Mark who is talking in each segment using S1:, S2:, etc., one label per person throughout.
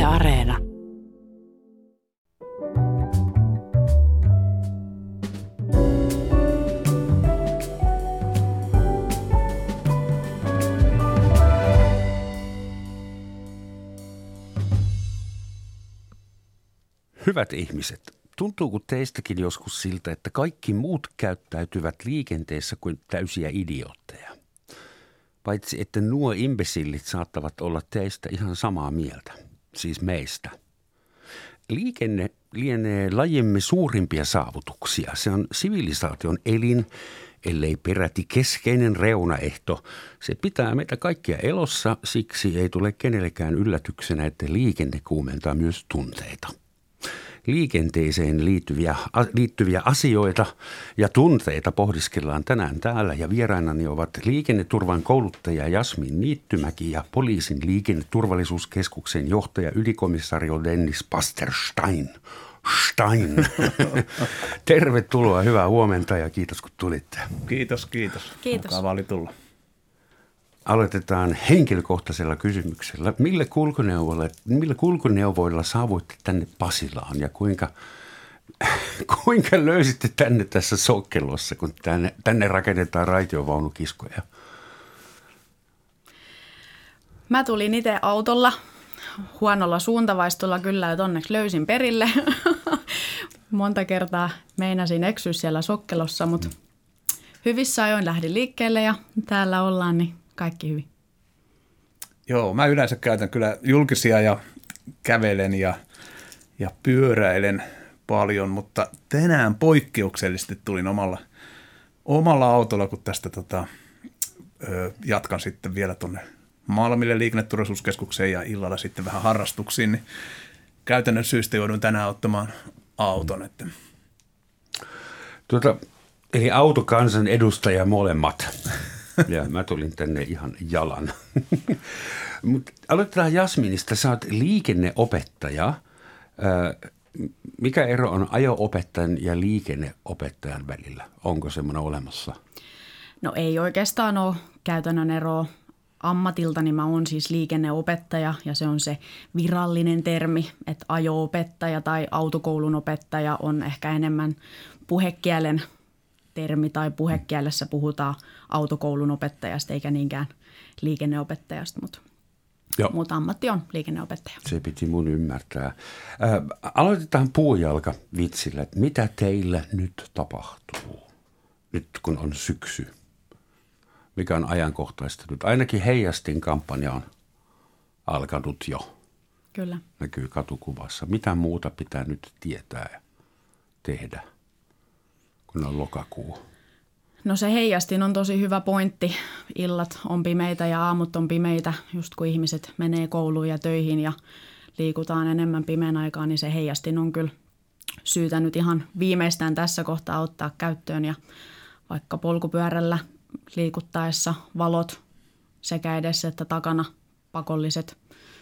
S1: Areena.
S2: Hyvät ihmiset, tuntuuko teistäkin joskus siltä, että kaikki muut käyttäytyvät liikenteessä kuin täysiä idiootteja? Paitsi että nuo imbesillit saattavat olla teistä ihan samaa mieltä, siis meistä. Liikenne lienee lajimme suurimpia saavutuksia. Se on sivilisaation elin, ellei peräti keskeinen reunaehto. Se pitää meitä kaikkia elossa, siksi ei tule kenellekään yllätyksenä, että liikenne kuumentaa myös tunteita. Liikenteeseen liittyviä asioita ja tunteita pohdiskellaan tänään täällä ja vierainani ovat liikenneturvan kouluttaja Jasmin Niittymäki ja poliisin liikenneturvallisuuskeskuksen johtaja ylikomissario Dennis Pasterstein. Tervetuloa, hyvää huomenta ja kiitos kun tulitte.
S3: Kiitos. Mukava oli tulla.
S2: Aloitetaan henkilökohtaisella kysymyksellä. Millä kulkuneuvoilla saavuitte tänne Pasilaan ja kuinka löysitte tänne tässä Sokkelossa, kun tänne rakennetaan raitiovaunukiskoja?
S4: Mä tulin itse autolla, huonolla suuntavaistolla kyllä, että onneksi löysin perille. Monta kertaa meinasin eksyä siellä Sokkelossa, mutta hyvissä ajoin lähdin liikkeelle ja täällä ollaan, niin kaikki hyvin.
S3: Joo, mä yleensä käytän kyllä julkisia ja kävelen ja pyöräilen paljon, mutta tänään poikkeuksellisesti tulin omalla autolla, kun tästä jatkan sitten vielä tuonne Malmille liikenneturvallisuuskeskukseen ja illalla sitten vähän harrastuksiin, niin käytännön syystä joudun tänään ottamaan auton.
S2: Eli autokansan edustaja molemmat. Ja mä tulin tänne ihan jalan. Mut aloitetaan Jasminista. Sä oot liikenneopettaja. Mikä ero on ajo-opettajan ja liikenneopettajan välillä? Onko semmoinen olemassa?
S4: No ei oikeastaan ole käytännön eroa. Ammatiltani mä oon siis liikenneopettaja ja se on se virallinen termi, että ajo-opettaja tai autokoulun opettaja on ehkä enemmän puhekielen termi tai puhekielessä puhutaan autokoulun opettajasta eikä niinkään liikenneopettajasta, mutta ammatti on liikenneopettaja.
S2: Se piti mun ymmärtää. Aloitetaan puujalka vitsillä, että mitä teillä nyt tapahtuu, nyt kun on syksy? Mikä on ajankohtaista nyt? Ainakin Heijastin kampanja on alkanut jo.
S4: Kyllä.
S2: Näkyy katukuvassa. Mitä muuta pitää nyt tietää ja tehdä, kun on lokakuu?
S4: No se Heijastin on tosi hyvä pointti. Illat on pimeitä ja aamut on pimeitä, just kun ihmiset menee kouluun ja töihin ja liikutaan enemmän pimeän aikaa, niin se Heijastin on kyllä syytä nyt ihan viimeistään tässä kohtaa ottaa käyttöön ja vaikka polkupyörällä liikuttaessa valot sekä edessä että takana pakolliset.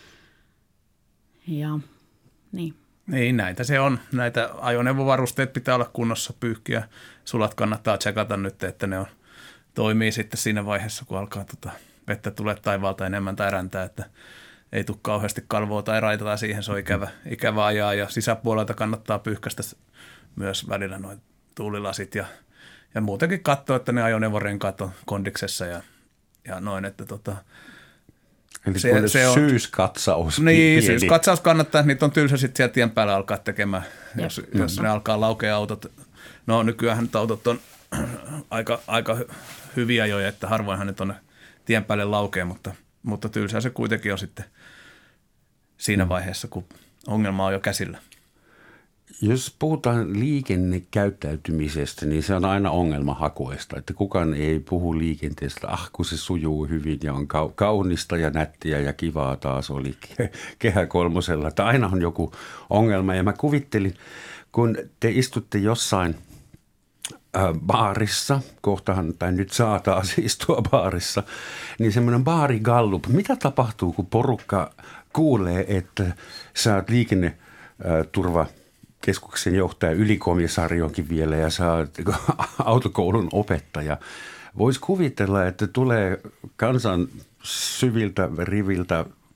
S4: Ja niin.
S3: Niin, näitä se on. Näitä ajoneuvovarusteet pitää olla kunnossa, pyyhkiä. Sulat kannattaa tsekata nyt, että ne toimii sitten siinä vaiheessa, kun alkaa vettä tulee taivaalta enemmän tai räntää, että ei tule kauheasti kalvoa tai raitata siihen, se on ikävä ajaa. Ja sisäpuolelta kannattaa pyyhkäistä myös välillä noin tuulilasit ja muutenkin katsoa, että ne ajoneuvorenkaat on kondiksessa ja noin, että
S2: eli se on syyskatsaus.
S3: Niin, syyskatsaus kannattaa, että niitä on tylsä sitten siellä tien päällä alkaa tekemään, jos ne alkaa laukea autot. No nykyään nyt autot on aika hyviä jo, että harvoinhan ne tuonne tien päälle laukee, mutta tylsää se kuitenkin on sitten siinä vaiheessa, kun ongelma on jo käsillä.
S2: Jos puhutaan liikennekäyttäytymisestä, niin se on aina ongelmahakuista, että kukaan ei puhu liikenteestä, kun se sujuu hyvin ja on kaunista ja nättiä ja kivaa taas oli Kehä Kolmosella, että aina on joku ongelma. Ja mä kuvittelin, kun te istutte jossain baarissa, kohtahan tai nyt saa taas istua baarissa, niin semmoinen baarigallup. Mitä tapahtuu, kun porukka kuulee, että sä oot liikenneturvakeskuksen johtaja, ylikomisarionkin vielä ja sä oot autokoulun opettaja? Voisi kuvitella, että tulee kansan syviltä riviltä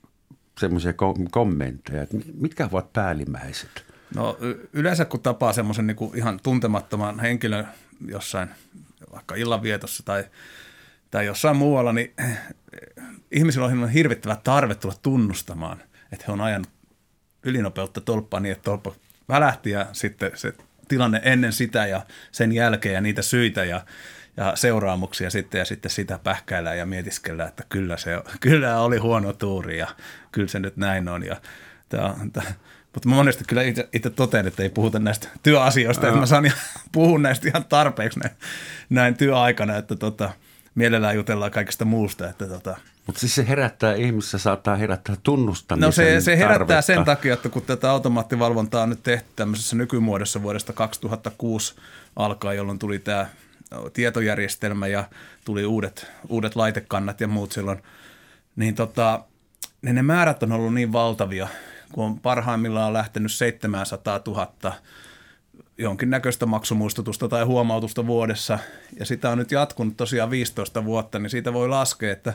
S2: semmoisia kommentteja, että mitkä ovat päällimmäiset?
S3: No yleensä kun tapaa semmoisen niin kuin ihan tuntemattoman henkilön jossain vaikka illanvietossa tai jossain muualla, niin ihmisillä on hirvittävä tarve tulla tunnustamaan, että he on ajanut ylinopeutta tolppaan niin, että tolppa välähti ja sitten se tilanne ennen sitä ja sen jälkeen ja niitä syitä ja seuraamuksia sitten ja sitten sitä pähkäillään ja mietiskellään, että kyllä oli huono tuuri ja kyllä se nyt näin on. Mutta mä monesti kyllä itse totean, että ei puhuta näistä työasioista, että mä saan puhua näistä ihan tarpeeksi näin työaikana, että mielellään jutellaan kaikesta muusta.
S2: Mutta siis se herättää ihmisissä, saattaa herättää tunnustamisen
S3: No se herättää
S2: tarvetta.
S3: sen takia, että kun tätä automaattivalvontaa on nyt tehty tämmöisessä nykymuodossa vuodesta 2006 alkaen, jolloin tuli tämä tietojärjestelmä ja tuli uudet laitekannat ja muut silloin, niin ne määrät on ollut niin valtavia, kun on parhaimmillaan lähtenyt 700 000 jonkinnäköistä maksumuistutusta tai huomautusta vuodessa, ja sitä on nyt jatkunut tosiaan 15 vuotta, niin siitä voi laskea, että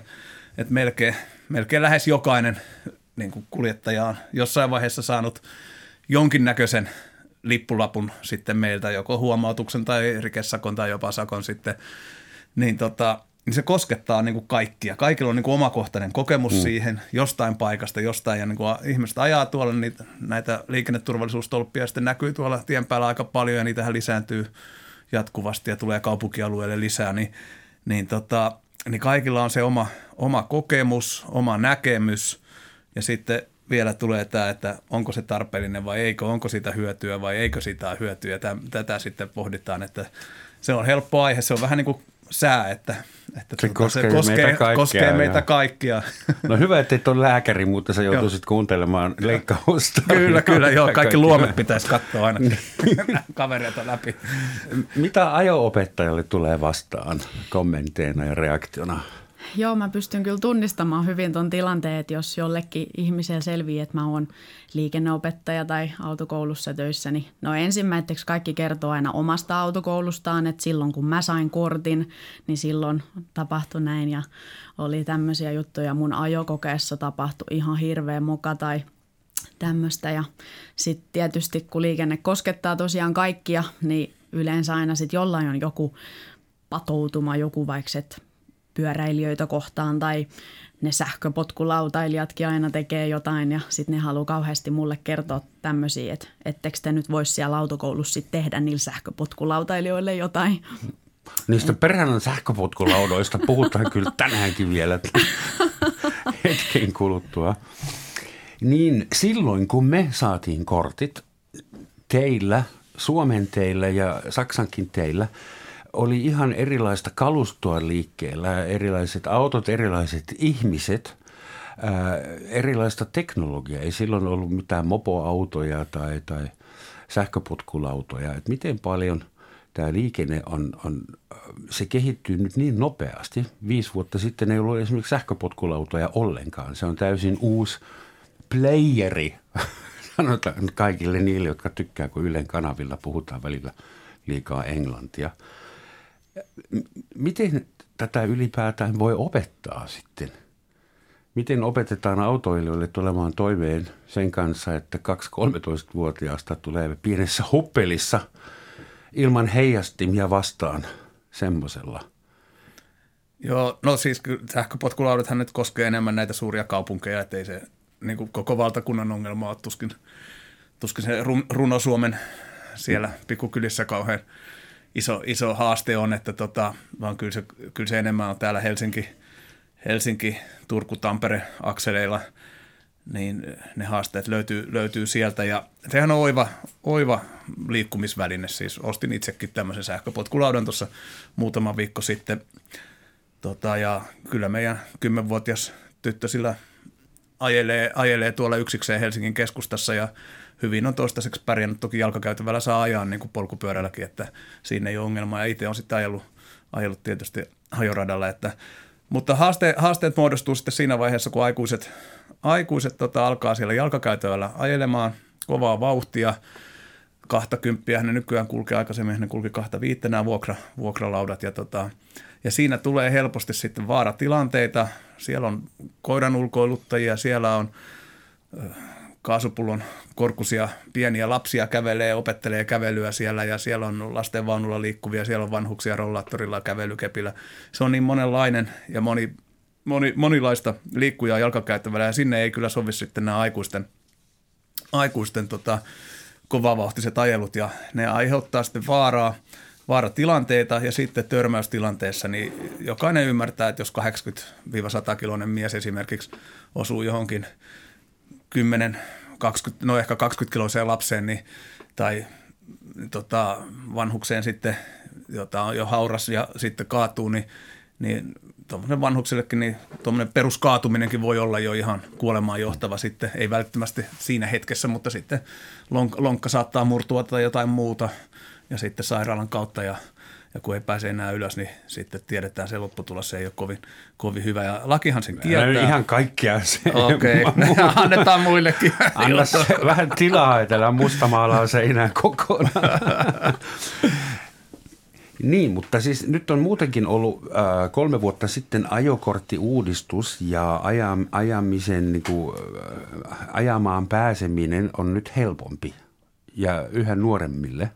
S3: melkein lähes jokainen niin kuin kuljettaja on jossain vaiheessa saanut jonkinnäköisen lippulapun sitten meiltä, joko huomautuksen tai rikesakon tai jopa sakon sitten, niin se koskettaa niin kuin kaikkia. Kaikilla on niin kuin omakohtainen kokemus siihen jostain paikasta, jostain, ja niin kuin ihmiset ajaa tuolla näitä liikenneturvallisuustolppia, sitten näkyy tuolla tien päällä aika paljon, ja niitähän lisääntyy jatkuvasti, ja tulee kaupunkialueelle lisää, niin kaikilla on se oma kokemus, oma näkemys, ja sitten vielä tulee tämä, että onko se tarpeellinen vai eikö, onko siitä hyötyä vai eikö siitä ole hyötyä, ja tätä sitten pohditaan, että se on helppo aihe, se on vähän niin kuin sää, että
S2: se koskee
S3: meitä kaikkia.
S2: No hyvä, että et ole lääkäri, mutta sä joutuisit kuuntelemaan leikkausta.
S3: Kyllä, joo, kaikki luomet pitäisi katsoa aina kavereita läpi.
S2: Mitä ajo-opettajalle tulee vastaan kommenteina ja reaktiona?
S4: Joo, mä pystyn kyllä tunnistamaan hyvin ton tilanteen, että jos jollekin ihmiselle selviää, että mä oon liikenneopettaja tai autokoulussa töissä, niin no ensimmäiseksi kaikki kertoo aina omasta autokoulustaan, että silloin kun mä sain kortin, niin silloin tapahtui näin ja oli tämmöisiä juttuja. Mun ajokokeessa tapahtui ihan hirveä moka tai tämmöistä ja sitten tietysti kun liikenne koskettaa tosiaan kaikkia, niin yleensä aina sitten jollain on joku patoutuma, joku vaikka pyöräilijöitä kohtaan tai ne sähköpotkulautailijatkin aina tekee jotain ja sitten ne haluaa kauheasti mulle kertoa tämmöisiä, että ettekö te nyt voisi siellä autokoulussa sitten tehdä niillä sähköpotkulautailijoille jotain.
S2: Niistä perhana sähköpotkulaudoista puhutaan kyllä tänäänkin vielä hetken kuluttua. Niin silloin kun me saatiin kortit teillä, Suomen teillä ja Saksankin teillä, oli ihan erilaista kalustoa liikkeellä, erilaiset autot, erilaiset ihmiset, erilaista teknologiaa. Ei silloin ollut mitään mopoautoja tai sähköpotkulautoja. Et miten paljon tämä liikenne se kehittyy nyt niin nopeasti. 5 vuotta sitten ei ollut esimerkiksi sähköpotkulautoja ollenkaan. Se on täysin uusi playeri, sanotaan kaikille niille, jotka tykkää, kun Ylen kanavilla puhutaan välillä liikaa englantia. Miten tätä ylipäätään voi opettaa sitten? Miten opetetaan autoilijoille tulemaan toimeen sen kanssa, että 2-13-vuotiaasta tulee pienessä huppelissa ilman heijastimia vastaan semmoisella? Joo, no siis sähköpotkulaudathan nyt koskee enemmän näitä suuria kaupunkeja, ettei se niin kuin koko valtakunnan ongelma ole tuskin se runo-Suomen siellä pikkukylissä kauhean iso haaste on, että vaan kyllä se enemmän on täällä Helsinki, Turku, Tampere akseleilla, niin ne haasteet löytyy sieltä. Ja sehän on oiva liikkumisväline, siis ostin itsekin tämmöisen sähköpotkulaudan tuossa muutama viikko sitten. Ja kyllä meidän 10-vuotias tyttö sillä ajelee tuolla yksikseen Helsingin keskustassa ja hyvin on toistaiseksi pärjännyt. Toki jalkakäytävällä saa ajaa niin kuin polkupyörälläkin, että siinä ei ole ongelmaa. Ja itse on sitten ajellut tietysti hajoradalla. Mutta haasteet muodostuu sitten siinä vaiheessa, kun aikuiset alkaa siellä jalkakäytävällä ajelemaan kovaa vauhtia. 20 ne nykyään kulkee, aikaisemmin ne kulki 25 nämä vuokralaudat. Ja siinä tulee helposti sitten vaaratilanteita. Siellä on koiran ulkoiluttajia, siellä on
S3: kaasupullon korkuisia pieniä lapsia kävelee, opettelee kävelyä siellä ja siellä on lastenvaunulla liikkuvia, siellä on vanhuksia rollaattorilla, kävelykepillä. Se on niin monenlainen ja monilaista liikkujaa jalkakäyttävällä ja sinne ei kyllä sovi sitten nämä aikuisten kovavauhtiset ajelut ja ne aiheuttaa sitten vaaratilanteita ja sitten törmäystilanteessa niin jokainen ymmärtää, että jos 80-100-kiloinen mies esimerkiksi osuu johonkin 10-20, ehkä 20-kiloiseen lapseen niin, tai vanhukseen sitten, jota on jo hauras ja sitten kaatuu, niin tuommoinen vanhuksellekin, niin tuommoinen peruskaatuminenkin voi olla jo ihan kuolemaan johtava sitten, ei välttämättä siinä hetkessä, mutta sitten lonkka saattaa murtua tai jotain muuta ja sitten sairaalan kautta ja kun ei pääse enää ylös, niin sitten tiedetään se lopputulos, se ei ole kovin hyvä. Ja lakihan sen kieltää.
S2: Ihan kaikkea se.
S3: Okei, annetaan muillekin.
S2: Anna vähän tilaa, että mustamaalaa seinään kokonaan. Niin, mutta siis nyt on muutenkin ollut 3 vuotta sitten ajokorttiuudistus ja ajamaan pääseminen on nyt helpompi ja yhä nuoremmille.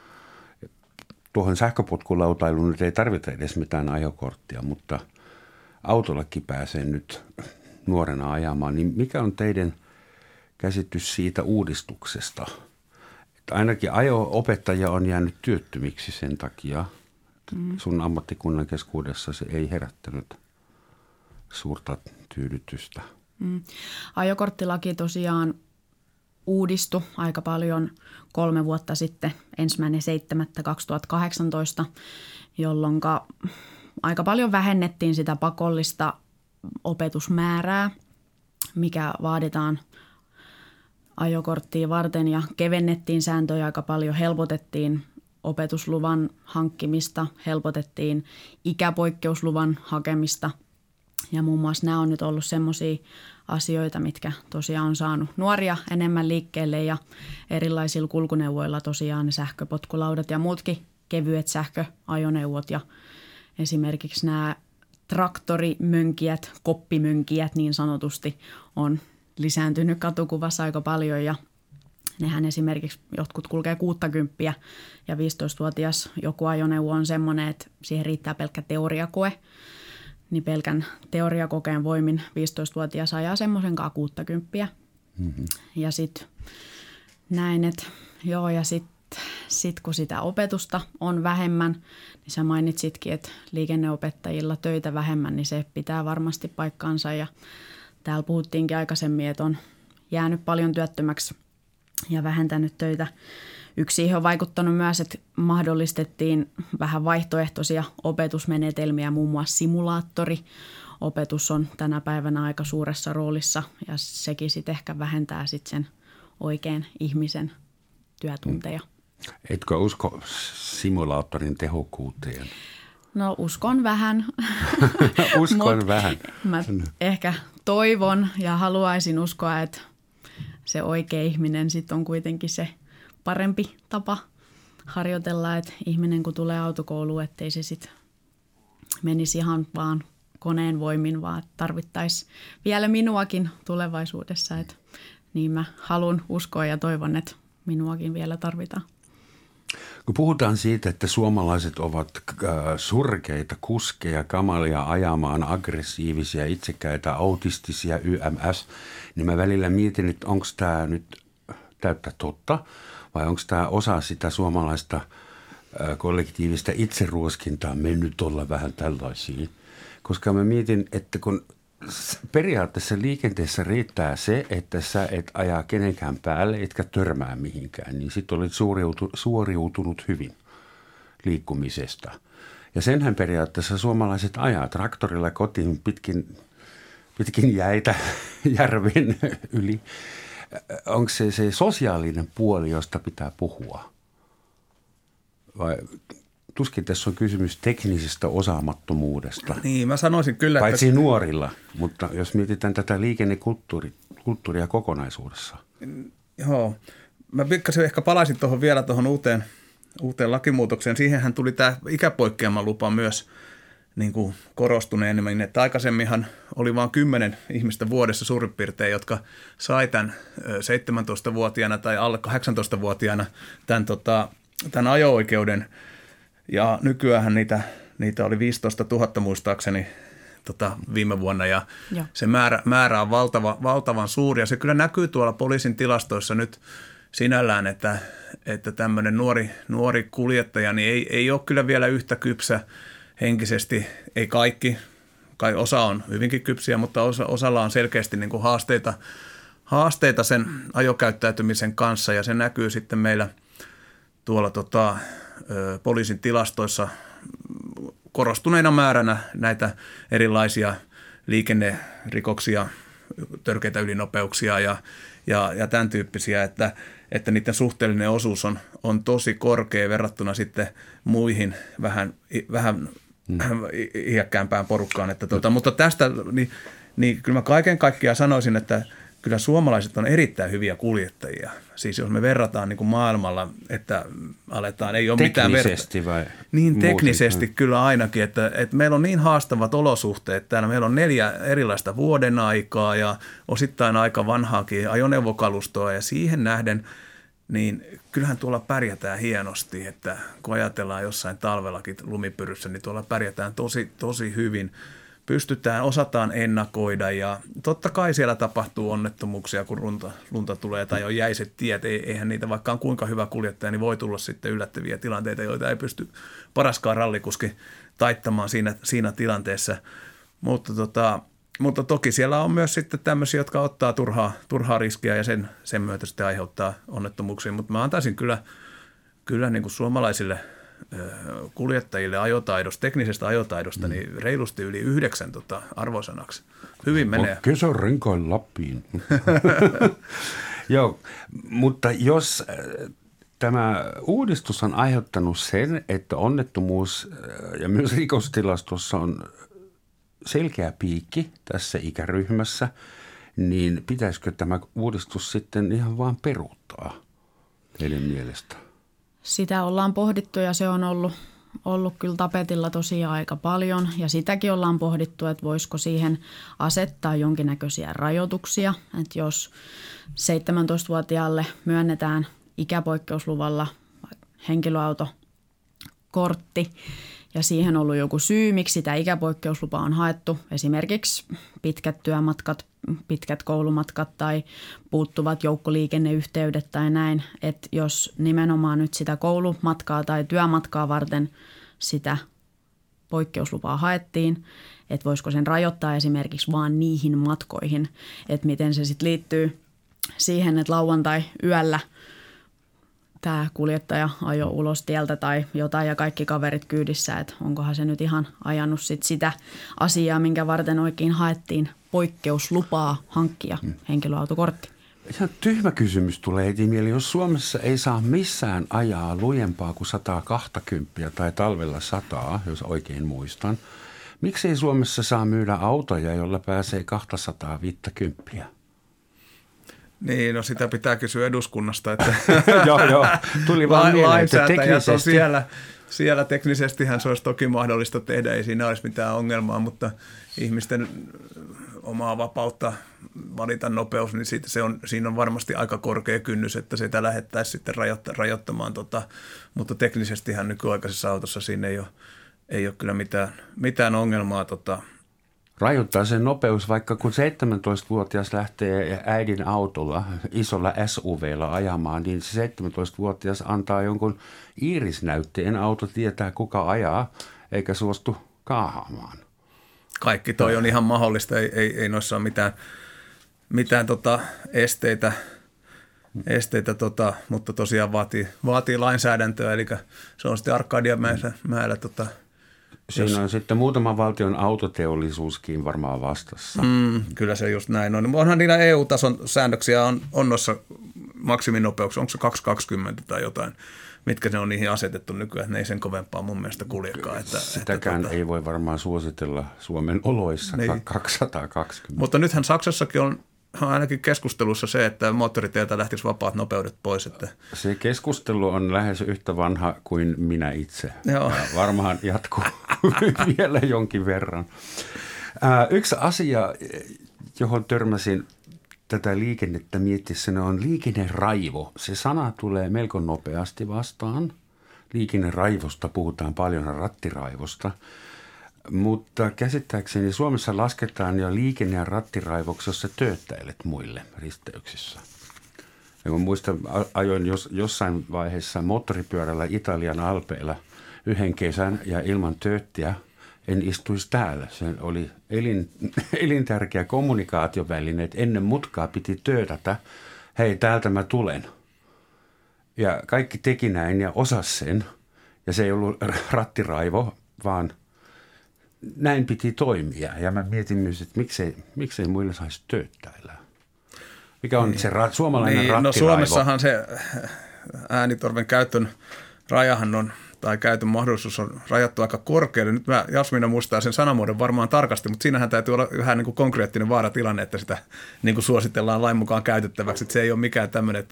S2: Tuohon sähköpotkulautailuun nyt ei tarvita edes mitään ajokorttia, mutta autollakin pääsee nyt nuorena ajamaan. Niin mikä on teidän käsitys siitä uudistuksesta? Että ainakin ajo-opettaja on jäänyt työttömiksi sen takia. Sun ammattikunnan keskuudessa se ei herättänyt suurta tyydytystä.
S4: Ajokorttilaki tosiaan uudistui aika paljon 3 vuotta sitten, 1.7.2018, jolloin aika paljon vähennettiin sitä pakollista opetusmäärää, mikä vaaditaan ajokorttia varten ja kevennettiin sääntöjä aika paljon, helpotettiin opetusluvan hankkimista, helpotettiin ikäpoikkeusluvan hakemista ja muun muassa nämä on nyt ollut semmoisia asioita, mitkä tosiaan on saanut nuoria enemmän liikkeelle ja erilaisilla kulkuneuvoilla tosiaan ne sähköpotkulaudat ja muutkin kevyet sähköajoneuvot ja esimerkiksi nämä traktorimönkijät, koppimönkijät niin sanotusti on lisääntynyt katukuvassa aika paljon ja nehän esimerkiksi jotkut kulkee 60 ja 15-vuotias joku ajoneuvo on semmoinen, että siihen riittää pelkkä teoriakoe. Niin pelkän teoriakokeen voimin 15-vuotias ajaa semmoisenkaan 60. Mm-hmm. Ja sitten näin, että joo ja sitten kun sitä opetusta on vähemmän, niin sä mainitsitkin, että liikenneopettajilla töitä vähemmän, niin se pitää varmasti paikkaansa. Ja täällä puhuttiinkin aikaisemmin, että on jäänyt paljon työttömäksi ja vähentänyt töitä. Yksi siihen on vaikuttanut myös, että mahdollistettiin vähän vaihtoehtoisia opetusmenetelmiä, muun muassa simulaattoriopetus on tänä päivänä aika suuressa roolissa ja sekin sitten ehkä vähentää sitten sen oikean ihmisen työtunteja.
S2: Etkö usko simulaattorin tehokkuuteen?
S4: No uskon vähän.
S2: Uskon vähän.
S4: Mä ehkä toivon ja haluaisin uskoa, että se oikea ihminen sitten on kuitenkin se parempi tapa harjoitella, että ihminen kun tulee autokouluun, ettei se sitten menisi ihan vaan koneen voimin, vaan tarvittaisiin vielä minuakin tulevaisuudessa. Että niin mä haluan uskoa ja toivon, että minuakin vielä tarvitaan.
S2: Kun puhutaan siitä, että suomalaiset ovat surkeita kuskeja, kamalia ajamaan, aggressiivisia, itsekäitä, autistisia, YMS, niin mä välillä mietin, että onko tämä nyt täyttä totta vai onko tämä osa sitä suomalaista kollektiivista itseruoskintaa mennyt olla vähän tällaisiin. Koska mä mietin, että kun periaatteessa liikenteessä riittää se, että sä et ajaa kenenkään päälle, etkä törmää mihinkään, niin sit olet suoriutunut hyvin liikkumisesta. Ja senhän periaatteessa suomalaiset ajaa traktorilla kotiin pitkin jäitä järven yli. Onko se sosiaalinen puoli, josta pitää puhua? Vai tuskin tässä on kysymys teknisestä osaamattomuudesta.
S3: Niin, mä sanoisin kyllä,
S2: paitsi että nuorilla, mutta jos mietitään tätä liikennekulttuuria kokonaisuudessa.
S3: Joo, mä pikkasen ehkä palaisin vielä tuohon uuteen lakimuutokseen. Siihenhän tuli tämä ikäpoikkeamalupa myös niin kuin korostuneemmin, että aikaisemminhan oli vain 10 ihmistä vuodessa suurin piirtein, jotka sai tämän 17-vuotiaana tai alle 18-vuotiaana tämän ajo-oikeuden, ja nykyään niitä oli 15 000 muistaakseni viime vuonna, ja se määrä on valtavan suuri, ja se kyllä näkyy tuolla poliisin tilastoissa nyt sinällään, että tämmöinen nuori kuljettaja niin ei ole kyllä vielä yhtä kypsä henkisesti, ei kaikki, osa on hyvinkin kypsiä, mutta osalla on selkeästi niin kuin haasteita sen ajokäyttäytymisen kanssa, ja se näkyy sitten meillä tuolla poliisin tilastoissa korostuneena määränä näitä erilaisia liikennerikoksia, törkeitä ylinopeuksia ja tämän tyyppisiä, että niiden suhteellinen osuus on tosi korkea verrattuna sitten muihin vähän iäkkäämpään porukkaan. Mutta tästä, niin kyllä mä kaiken kaikkiaan sanoisin, että kyllä suomalaiset on erittäin hyviä kuljettajia. Siis jos me verrataan niin kuin maailmalla, että aletaan, ei ole mitään
S2: teknisesti vai?
S3: Niin teknisesti kyllä ainakin, että meillä on niin haastavat olosuhteet täällä. Meillä on 4 erilaista vuoden aikaa ja osittain aika vanhaakin ajoneuvokalustoa, ja siihen nähden niin kyllähän tuolla pärjätään hienosti, että kun ajatellaan jossain talvellakin lumipyryssä, niin tuolla pärjätään tosi hyvin. Osataan ennakoida, ja totta kai siellä tapahtuu onnettomuuksia, kun lunta tulee tai on jäiset tiet. Eihän niitä, vaikka on kuinka hyvä kuljettaja, niin voi tulla sitten yllättäviä tilanteita, joita ei pysty paraskaan rallikuski taittamaan siinä tilanteessa. Mutta toki siellä on myös sitten tämmöisiä, jotka ottaa turhaa riskiä ja sen myötä sitten aiheuttaa onnettomuuksia. Mutta mä antaisin kyllä niin kuin suomalaisille kuljettajille teknisestä ajotaidosta, niin reilusti yli 9 arvosanaksi. Hyvin menee.
S2: Kesän renkaan Lappiin. Joo, mutta jos tämä uudistus on aiheuttanut sen, että onnettomuus ja myös rikostilastossa on selkeä piikki tässä ikäryhmässä, niin pitäisikö tämä uudistus sitten ihan vaan peruuttaa teidän mielestä?
S4: Sitä ollaan pohdittu, ja se on ollut kyllä tapetilla tosiaan aika paljon, ja sitäkin ollaan pohdittu, että voisiko siihen asettaa jonkinnäköisiä rajoituksia, että jos 17-vuotiaalle myönnetään ikäpoikkeusluvalla henkilöautokortti ja siihen on ollut joku syy, miksi sitä ikäpoikkeuslupaa on haettu, esimerkiksi pitkät työmatkat, pitkät koulumatkat tai puuttuvat joukkoliikenneyhteydet tai näin, että jos nimenomaan nyt sitä koulumatkaa tai työmatkaa varten sitä poikkeuslupaa haettiin, että voisiko sen rajoittaa esimerkiksi vaan niihin matkoihin, että miten se sitten liittyy siihen, että lauantai-yöllä tämä kuljettaja ajoi ulos tieltä tai jotain ja kaikki kaverit kyydissä, että onkohan se nyt ihan ajanut sitä asiaa, minkä varten oikein haettiin poikkeuslupaa hankkia henkilöautokortti.
S2: Ihan tyhmä kysymys tulee heti mieleen. Jos Suomessa ei saa missään ajaa lujempaa kuin 120 tai talvella 100, jos oikein muistan, miksei Suomessa saa myydä autoja, jolla pääsee 250?
S3: Niin, no sitä pitää kysyä eduskunnasta, että
S2: joo, tuli vaan mieleen, että
S3: teknisesti. Siellä teknisestihän se olisi toki mahdollista tehdä, ei siinä olisi mitään ongelmaa, mutta ihmisten omaa vapautta valita nopeus, niin siinä on varmasti aika korkea kynnys, että sitä lähdettäisiin sitten rajoittamaan, mutta teknisestihän nykyaikaisessa autossa siinä ei ole kyllä mitään ongelmaa.
S2: Rajoittaa sen nopeus, vaikka kun 17-vuotias lähtee äidin autolla, isolla SUV:lla ajamaan, niin se 17-vuotias antaa jonkun iirisnäytteen. Auto tietää, kuka ajaa, eikä suostu kaahaamaan. Kaikki
S3: toi on ihan mahdollista, ei noissa ole mitään esteitä, mutta tosiaan vaatii lainsäädäntöä, eli se on sitten Arkadianmäellä
S2: Siinä on sitten muutaman valtion autoteollisuuskin varmaan vastassa.
S3: Kyllä se just näin on. Onhan niillä EU-tason säännöksiä on noissa maksiminopeuksia, onko se 220 tai jotain, mitkä ne on niihin asetettu nykyään, että ne ei sen kovempaa mun mielestä kuljekaan.
S2: Sitäkään ei voi varmaan suositella Suomen oloissa, niin. 220.
S3: Mutta nythän Saksassakin on ainakin keskustelussa se, että moottoriteiltä lähtisi vapaat nopeudet pois. Että
S2: se keskustelu on lähes yhtä vanha kuin minä itse.
S3: Joo.
S2: Ja varmaan jatkuu. vielä jonkin verran. Yksi asia, johon törmäsin tätä liikennettä miettiessä, on liikenneraivo. Se sana tulee melko nopeasti vastaan. Liikenneraivosta puhutaan paljon, rattiraivosta. Mutta käsittääkseni Suomessa lasketaan jo liikenne- ja rattiraivoksi, jos sä tööttäilet muille risteyksissä. Ja kun muistan, ajoin jossain vaiheessa moottoripyörällä Italian alpeilla yhden kesän ja ilman tööttiä en istuisi täällä. Se oli elintärkeä kommunikaatioväline, että ennen mutkaa piti töötätä. Hei, täältä mä tulen. Ja kaikki teki näin ja osasi sen. Ja se ei ollut rattiraivo, vaan näin piti toimia. Ja mä mietin myös, että miksei muille saisi tööttäillä. Mikä on se suomalainen rattiraivo?
S3: No Suomessahan se äänitorven käytön rajahan on, tai käytön mahdollisuus on rajattu aika korkealle. Nyt Jasmina muistaa sen sanamuodon varmaan tarkasti, mutta siinähän täytyy olla vähän niin kuin konkreettinen vaaratilanne, että sitä niin kuin suositellaan lain mukaan käytettäväksi. Että se ei ole mikään tämmöinen,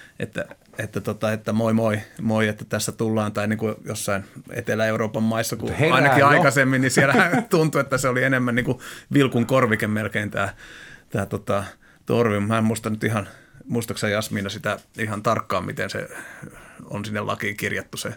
S3: että moi, että tässä tullaan, tai niin kuin jossain Etelä-Euroopan maissa, kun ainakin aikaisemmin, niin siellä tuntui, että se oli enemmän niin kuin vilkun korvike melkein tämä torvi. Mä en muista nyt ihan, muistaaksä Jasmina sitä ihan tarkkaan, miten se on sinne lakiin kirjattu se?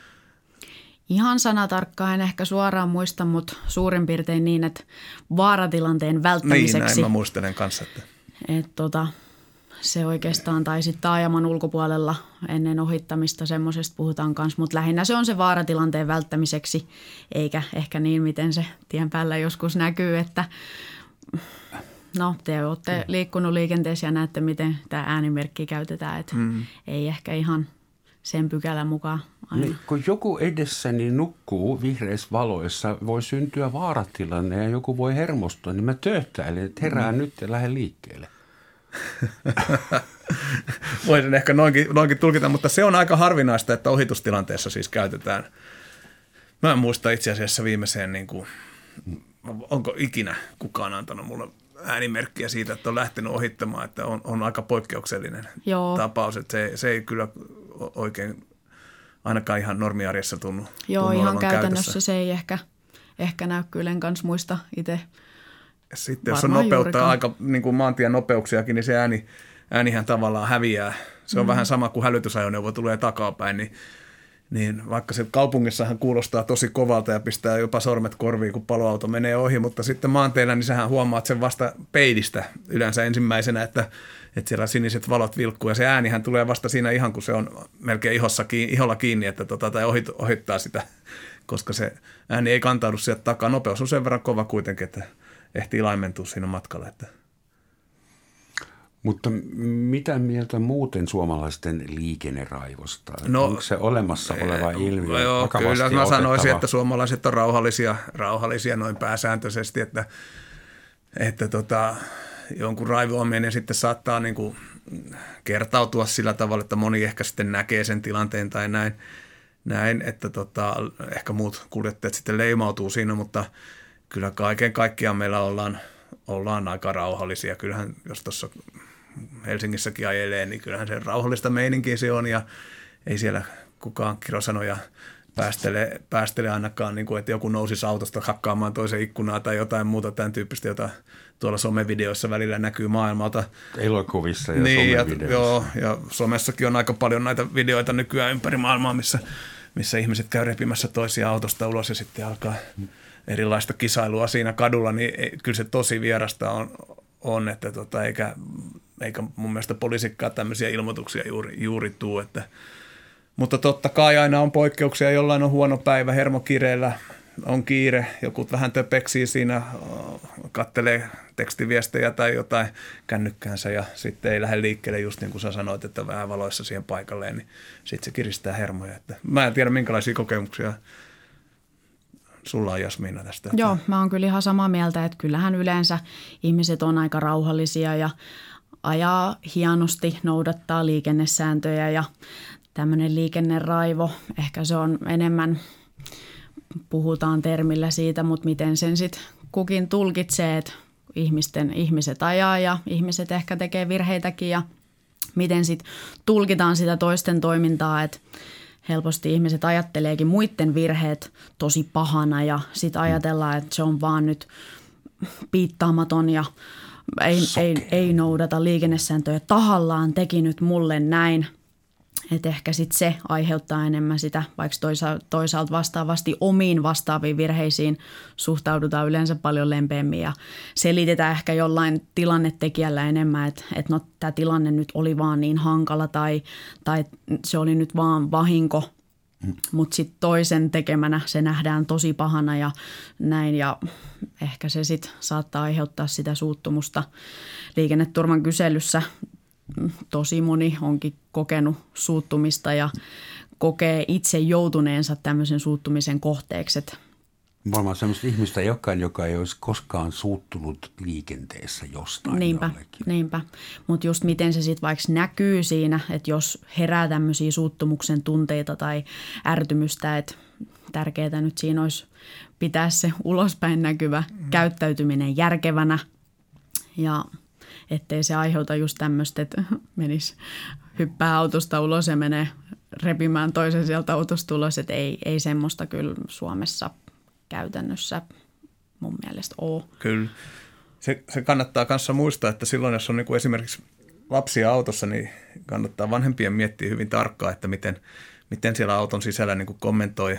S4: Ihan sanatarkkaan en ehkä suoraan muista, mutta suurin piirtein niin, että vaaratilanteen välttämiseksi.
S3: Niin, näin mä muistelen kanssa.
S4: Että se oikeastaan, tai sitten taajaman ulkopuolella ennen ohittamista semmoisesta puhutaan kanssa, mutta lähinnä se on se vaaratilanteen välttämiseksi, eikä ehkä niin, miten se tien päällä joskus näkyy, että no, te olette liikkunut liikenteessä ja näette, miten tämä äänimerkki käytetään, että ei ehkä ihan sen pykälän mukaan aina.
S2: Niin, kun joku edessäni nukkuu vihreissä valoissa, voi syntyä vaaratilanne ja joku voi hermostua, niin mä tööttäilen, että herää nyt ja lähde liikkeelle.
S3: Voisin ehkä noinkin tulkita, mutta se on aika harvinaista, että ohitustilanteessa siis käytetään. Mä en muista itse asiassa viimeiseen, niin kuin, onko ikinä kukaan antanut mulle äänimerkkiä siitä, että on lähtenyt ohittamaan, että on aika poikkeuksellinen tapaus, että se ei kyllä oikein ainakaan ihan normiarjessa tunnu.
S4: Joo, ihan käytännössä se ei ehkä näy kyllä, en kanssa muista itse.
S3: Sitten jos on nopeutta, aika niin kuin maantien nopeuksiakin, niin se äänihän tavallaan häviää. Se on vähän sama kuin hälytysajoneuvo tulee takapäin, niin vaikka se kaupungissahan kuulostaa tosi kovalta ja pistää jopa sormet korviin, kun paloauto menee ohi, mutta sitten maanteillä, niin sähän huomaat sen vasta peilistä yleensä ensimmäisenä, että siellä siniset valot vilkkuu ja se äänihän tulee vasta siinä ihan, kun se on melkein iholla kiinni, että tai ohittaa sitä, koska se ääni ei kantaudu sieltä takaa. Nopeus on sen verran kova kuitenkin, että ehtii laimentua siinä matkalla.
S2: Mutta mitä mieltä muuten suomalaisten liikenneraivosta? No, onko se olemassa oleva ilmiö?
S3: Joo, kyllä mä sanoisin, että suomalaiset on rauhallisia noin pääsääntöisesti, että jonkun raivoaminen sitten saattaa niin kuin kertautua sillä tavalla, että moni ehkä sitten näkee sen tilanteen tai näin että ehkä muut kuljettajat sitten leimautuu siinä, mutta kyllä kaiken kaikkiaan meillä ollaan aika rauhallisia. Kyllähän jos tuossa Helsingissäkin ajelee, niin kyllähän se rauhallista meininkiä se on ja ei siellä kukaan kirosanoja päästele ainakaan, niin kuin, että joku nousisi autosta hakkaamaan toisen ikkunaa tai jotain muuta tämän tyyppistä, jota tuolla somevideoissa välillä näkyy maailmalta.
S2: Elokuvissa ja
S3: niin,
S2: somevideoissa.
S3: Joo, ja somessakin on aika paljon näitä videoita nykyään ympäri maailmaa, missä ihmiset käy repimässä toisia autosta ulos ja sitten alkaa erilaista kisailua siinä kadulla, niin kyllä se tosi vierasta on että eikä mun mielestä poliisikkaan tämmöisiä ilmoituksia juuri tuu, mutta totta kai aina on poikkeuksia, jollain on huono päivä, hermokireellä on kiire, joku vähän töpeksii siinä, kattelee tekstiviestejä tai jotain kännykkäänsä ja sitten ei lähde liikkeelle just niin kuin sä sanoit, että vähän valoissa siihen paikalleen, niin sitten se kiristää hermoja. Mä en tiedä minkälaisia kokemuksia sulla on, Jasmina, tästä.
S4: Joo, mä oon kyllä ihan samaa mieltä, että kyllähän yleensä ihmiset on aika rauhallisia ja ajaa hienosti, noudattaa liikennesääntöjä ja tämmöinen liikenneraivo, ehkä se on enemmän, puhutaan termillä siitä, mutta miten sen sitten kukin tulkitsee, että ihmiset ajaa ja ihmiset ehkä tekee virheitäkin ja miten sitten tulkitaan sitä toisten toimintaa, että helposti ihmiset ajatteleekin muiden virheet tosi pahana ja sitten ajatellaan, että se on vaan nyt piittaamaton ja ei noudata liikennesääntöjä tahallaan, teki nyt mulle näin. Että ehkä sitten se aiheuttaa enemmän sitä, vaikka toisaalta vastaavasti omiin vastaaviin virheisiin suhtaudutaan yleensä paljon lempeämmin ja selitetään ehkä jollain tilannetekijällä enemmän, että no tämä tilanne nyt oli vaan niin hankala tai se oli nyt vaan vahinko, mutta sitten toisen tekemänä se nähdään tosi pahana ja näin ja ehkä se sitten saattaa aiheuttaa sitä suuttumusta. Liikenneturvan kyselyssä tosi moni onkin kokenut suuttumista ja kokee itse joutuneensa tämmöisen suuttumisen kohteeksi.
S2: Varmaan semmoista ihmistä joka ei olisi koskaan suuttunut liikenteessä jostain.
S4: Niinpä. Mutta just miten se sitten vaikka näkyy siinä, että jos herää tämmöisiä suuttumuksen tunteita tai ärtymystä, että tärkeää nyt siinä olisi pitää se ulospäin näkyvä käyttäytyminen järkevänä ja ettei se aiheuta just tämmöistä, että hyppää autosta ulos ja menee repimään toisen sieltä autosta ulos, että ei semmoista kyllä Suomessa käytännössä mun mielestä ole.
S3: Kyllä. Se kannattaa kanssa muistaa, että silloin jos on niin kuin esimerkiksi lapsia autossa, niin kannattaa vanhempien miettiä hyvin tarkkaan, että miten siellä auton sisällä niin kuin kommentoi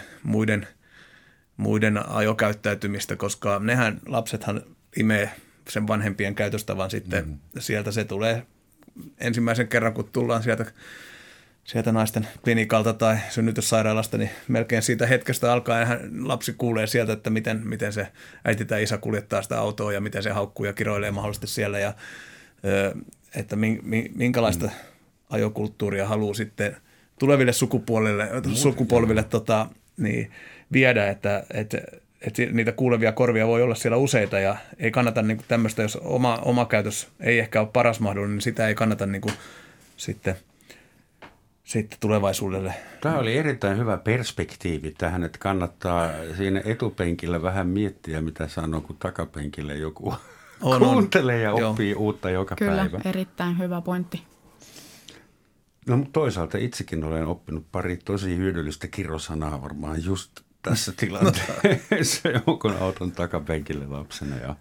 S3: muiden ajokäyttäytymistä, koska lapsethan imee sen vanhempien käytöstavan sitten. Sieltä se tulee ensimmäisen kerran, kun tullaan sieltä naisten klinikalta tai synnytyssairaalasta, niin melkein siitä hetkestä alkaen lapsi kuulee sieltä, että miten se äiti tai isä kuljettaa sitä autoa ja miten se haukkuu ja kiroilee mahdollisesti siellä ja että minkälaista ajokulttuuria haluaa sitten tuleville sukupolville niin viedä, että niitä kuulevia korvia voi olla siellä useita ja ei kannata niin kuin tämmöistä, jos oma käytös ei ehkä ole paras mahdollinen, niin sitä ei kannata niin kuin sitten tulevaisuudelle.
S2: Tämä oli erittäin hyvä perspektiivi tähän, että kannattaa siinä etupenkillä vähän miettiä, mitä sanoo, kun takapenkillä joku kuuntelee ja oppii uutta joka päivä.
S4: Kyllä, erittäin hyvä pointti.
S2: No mutta toisaalta itsekin olen oppinut pari tosi hyödyllistä kirrosanaa varmaan just tässä tilanteessa jonkun auton takapenkille lapsena. Ja,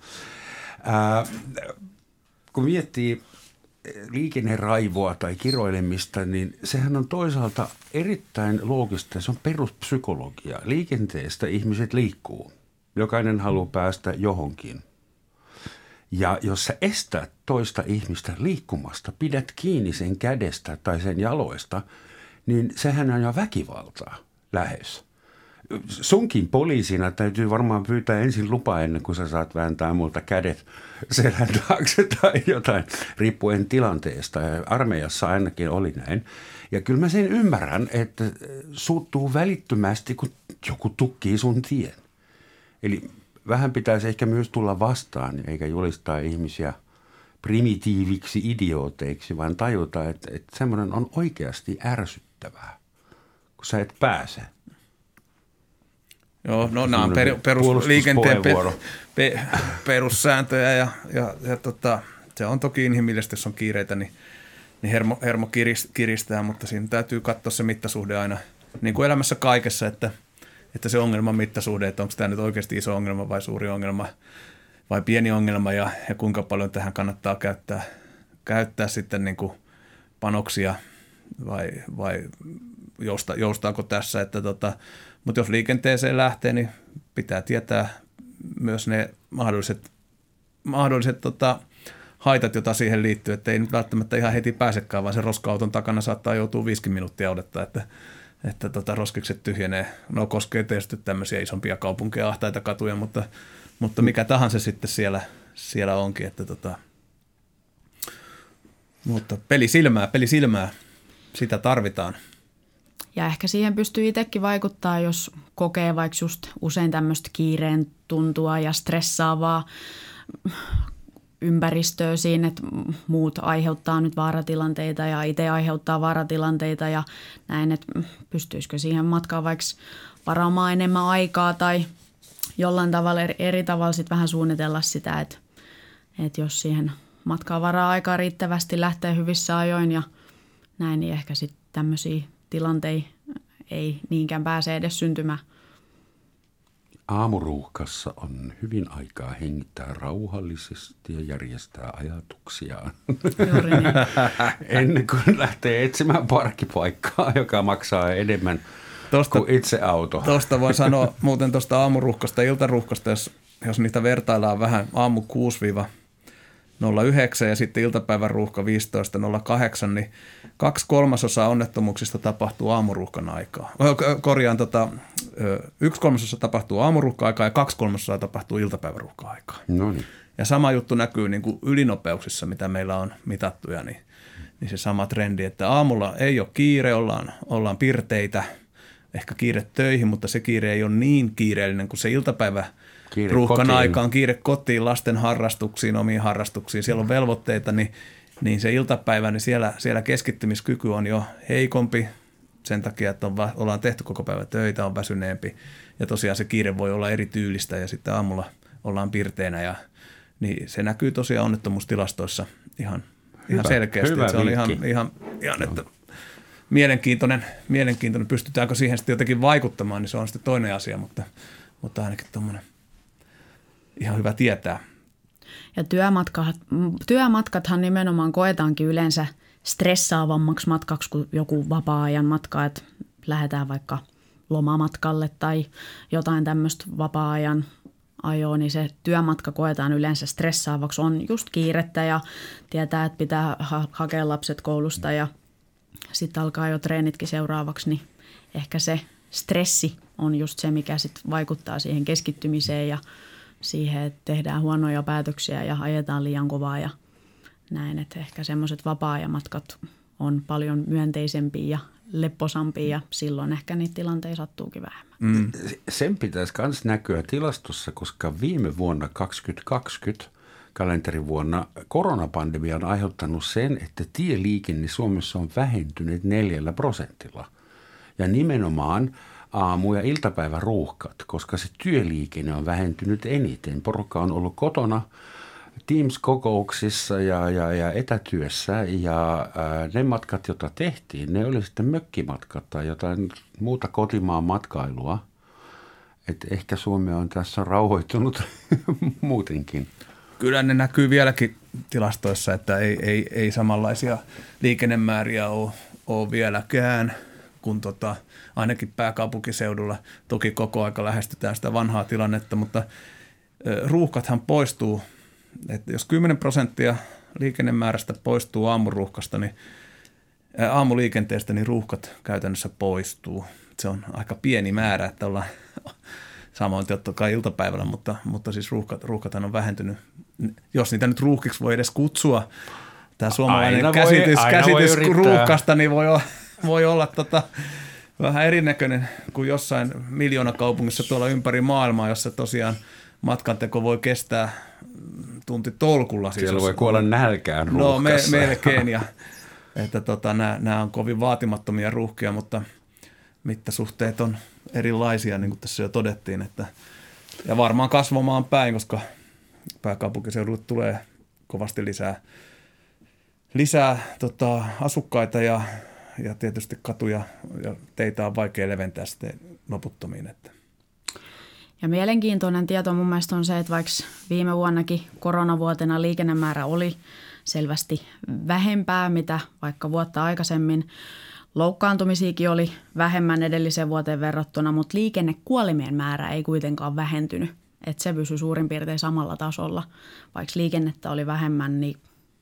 S2: kun miettii liikenneraivoa tai kiroilemista, niin sehän on toisaalta erittäin loogista. Se on peruspsykologia. Liikenteestä ihmiset liikkuu. Jokainen haluaa päästä johonkin. Ja jos sä estät toista ihmistä liikkumasta, pidät kiinni sen kädestä tai sen jaloista, niin sehän on jo väkivaltaa lähes. Sunkin poliisina täytyy varmaan pyytää ensin lupa ennen kuin sä saat vääntää multa kädet selän taakse tai jotain, riippuen tilanteesta. Armeijassa ainakin oli näin. Ja kyllä mä sen ymmärrän, että suuttuu välittömästi, kun joku tukkii sun tien. Eli vähän pitäisi ehkä myös tulla vastaan, eikä julistaa ihmisiä primitiiviksi idiooteiksi, vaan tajuta, että semmoinen on oikeasti ärsyttävää, kun sä et pääse.
S3: Joo, no nämä on perusliikenteen perussääntöjä ja se on toki inhimillistä, jos on kiireitä, niin hermo kiristää, mutta siinä täytyy katsoa se mittasuhde aina, niin kuin elämässä kaikessa, että se ongelman mittasuhde, että onko tämä nyt oikeasti iso ongelma vai suuri ongelma vai pieni ongelma ja kuinka paljon tähän kannattaa käyttää sitten niin kuin panoksia vai joustaako tässä, että mutta jos liikenteeseen lähtee, niin pitää tietää myös ne mahdolliset haitat, joita siihen liittyy, että ei nyt välttämättä ihan heti pääsekään, vaan sen roska-auton takana saattaa joutua 5 minuuttia odottaa, että roskikset tyhjenee. No koskee tietysti tämmöisiä isompia kaupunkeja, ahtaita katuja, mutta mikä tahansa sitten siellä onkin, mutta pelisilmää, sitä tarvitaan.
S4: Ja ehkä siihen pystyy itsekin vaikuttaa, jos kokee vaikka just usein tämmöistä kiireen tuntua ja stressaavaa ympäristöä siinä, että muut aiheuttaa nyt vaaratilanteita ja itse aiheuttaa vaaratilanteita ja näin, että pystyisikö siihen matkaan vaikka varaamaan enemmän aikaa tai jollain tavalla eri tavalla sitten vähän suunnitella sitä, että jos siihen matkaan varaa aikaa riittävästi lähtee hyvissä ajoin ja näin, niin ehkä sitten tämmöisiä tilanteita ei niinkään pääse edes syntymään.
S2: Aamuruuhkassa on hyvin aikaa hengittää rauhallisesti ja järjestää ajatuksiaan.
S4: Juuri niin.
S2: Ennen kuin lähtee etsimään parkkipaikkaa, joka maksaa enemmän kuin itse auto.
S3: Tuosta voi sanoa muuten tuosta aamuruuhkasta ja iltaruuhkasta, jos niitä vertaillaan vähän aamu 6-09 ja sitten iltapäivän ruuhka 15-08, niin 2/3 onnettomuuksista tapahtuu aamuruuhkan aikaa. 1/3 tapahtuu aamuruuhka-aikaa ja 2/3 tapahtuu iltapäiväruuhkan aikaa.
S2: No niin.
S3: Ja sama juttu näkyy niin kuin ylinopeuksissa, mitä meillä on mitattuja, niin se sama trendi, että aamulla ei ole kiire, ollaan pirteitä, ehkä kiire töihin, mutta se kiire ei ole niin kiireellinen kuin se iltapäiväruuhkan aikaan, kiire kotiin, lasten harrastuksiin, omiin harrastuksiin, siellä on velvoitteita, niin se iltapäivä, niin siellä keskittymiskyky on jo heikompi sen takia, että ollaan tehty koko päivä töitä, on väsyneempi ja tosiaan se kiire voi olla erityylistä ja sitten aamulla ollaan pirteinä ja niin se näkyy tosiaan onnettomuustilastoissa ihan selkeästi.
S2: Hyvä
S3: se on ihan että mielenkiintoinen. Pystytäänkö siihen sitten jotenkin vaikuttamaan, niin se on sitten toinen asia, mutta ainakin tuommoinen ihan hyvä tietää.
S4: Ja työmatkathan nimenomaan koetaankin yleensä stressaavammaksi matkaksi kuin joku vapaa-ajan matka, että lähdetään vaikka lomamatkalle tai jotain tämmöistä vapaa-ajan ajoa, niin se työmatka koetaan yleensä stressaavaksi. On just kiirettä ja tietää, että pitää hakea lapset koulusta ja sitten alkaa jo treenitkin seuraavaksi, niin ehkä se stressi on just se, mikä sitten vaikuttaa siihen keskittymiseen ja siihen, että tehdään huonoja päätöksiä ja ajetaan liian kovaa ja näin, että ehkä semmoiset vapaa-ajan matkat on paljon myönteisempiä ja lepposampia ja silloin ehkä niitä tilanteita sattuukin vähemmän.
S2: Sen pitäisi myös näkyä tilastossa, koska viime vuonna 2020 kalenterivuonna koronapandemia on aiheuttanut sen, että tieliikenne Suomessa on vähentynyt 4%. Ja nimenomaan aamu- ja iltapäiväruuhkat, koska se työliikenne on vähentynyt eniten. Porukka on ollut kotona Teams-kokouksissa ja etätyössä ja ne matkat, joita tehtiin, ne oli sitten mökkimatkat tai jotain muuta kotimaan matkailua. Et ehkä Suomi on tässä rauhoittunut muutenkin.
S3: Kyllä ne näkyy vieläkin tilastoissa, että ei samanlaisia liikennemääriä ole vieläkään kuin ainakin pääkaupunkiseudulla. Toki koko aika lähestytään sitä vanhaa tilannetta, mutta ruuhkathan poistuu. Että jos 10% liikennemäärästä poistuu aamuruuhkasta, niin aamuliikenteestä, niin ruuhkat käytännössä poistuu. Se on aika pieni määrä, että ollaan samoin totta kai iltapäivällä, mutta siis ruuhkathan on vähentynyt. Jos niitä nyt ruuhkiksi voi edes kutsua, tämä suomalainen käsitys ruuhkasta, niin voi olla vähän erinäköinen kuin jossain miljoonakaupungissa tuolla ympäri maailmaa, jossa tosiaan matkanteko voi kestää tuntitolkulla.
S2: Siellä voi kuolla nälkään ruuhkassa.
S3: No melkein, ja että nämä on kovin vaatimattomia ruuhkia, mutta mittasuhteet on erilaisia, niin kuin tässä jo todettiin, ja varmaan kasvamaan päin, koska pääkaupunkiseudulle tulee kovasti lisää asukkaita ja tietysti katuja ja teitä on vaikea leventää sitten loputtomiin.
S4: Ja mielenkiintoinen tieto mun mielestä on se, että vaikka viime vuonnakin koronavuotena liikennemäärä oli selvästi vähempää, mitä vaikka vuotta aikaisemmin, loukkaantumisiakin oli vähemmän edelliseen vuoteen verrattuna, mutta liikennekuolimien määrä ei kuitenkaan vähentynyt. Että se pysyi suurin piirtein samalla tasolla. Vaikka liikennettä oli vähemmän, niin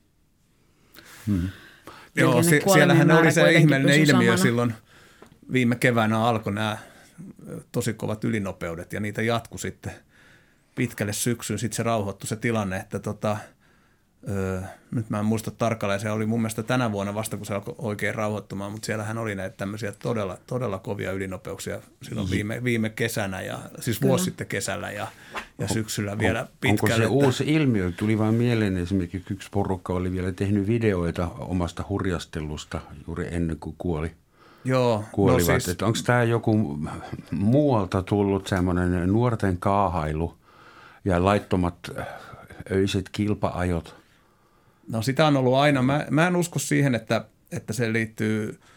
S3: Joo, siellähän oli se ihmeellinen ilmiö silloin viime keväänä alkoi nämä tosi kovat ylinopeudet ja niitä jatkui sitten pitkälle syksyyn. Sitten se rauhoittui se tilanne, että nyt mä en muista tarkalleen, se oli mun mielestä tänä vuonna vasta, kun se alkoi oikein rauhoittumaan, mutta siellähän oli näitä tämmöisiä todella kovia ylinopeuksia silloin viime kesänä, ja siis vuosi sitten kesällä ja syksyllä vielä pitkälle.
S2: Onko se uusi ilmiö? Tuli vain mieleen esimerkiksi yksi porukka oli vielä tehnyt videoita omasta hurjastelusta juuri ennen kuin kuolivat. No siis, onko tämä joku muualta tullut semmoinen nuorten kaahailu ja laittomat öiset kilpa-ajot?
S3: No sitä on ollut aina. Mä en usko siihen, että se liittyy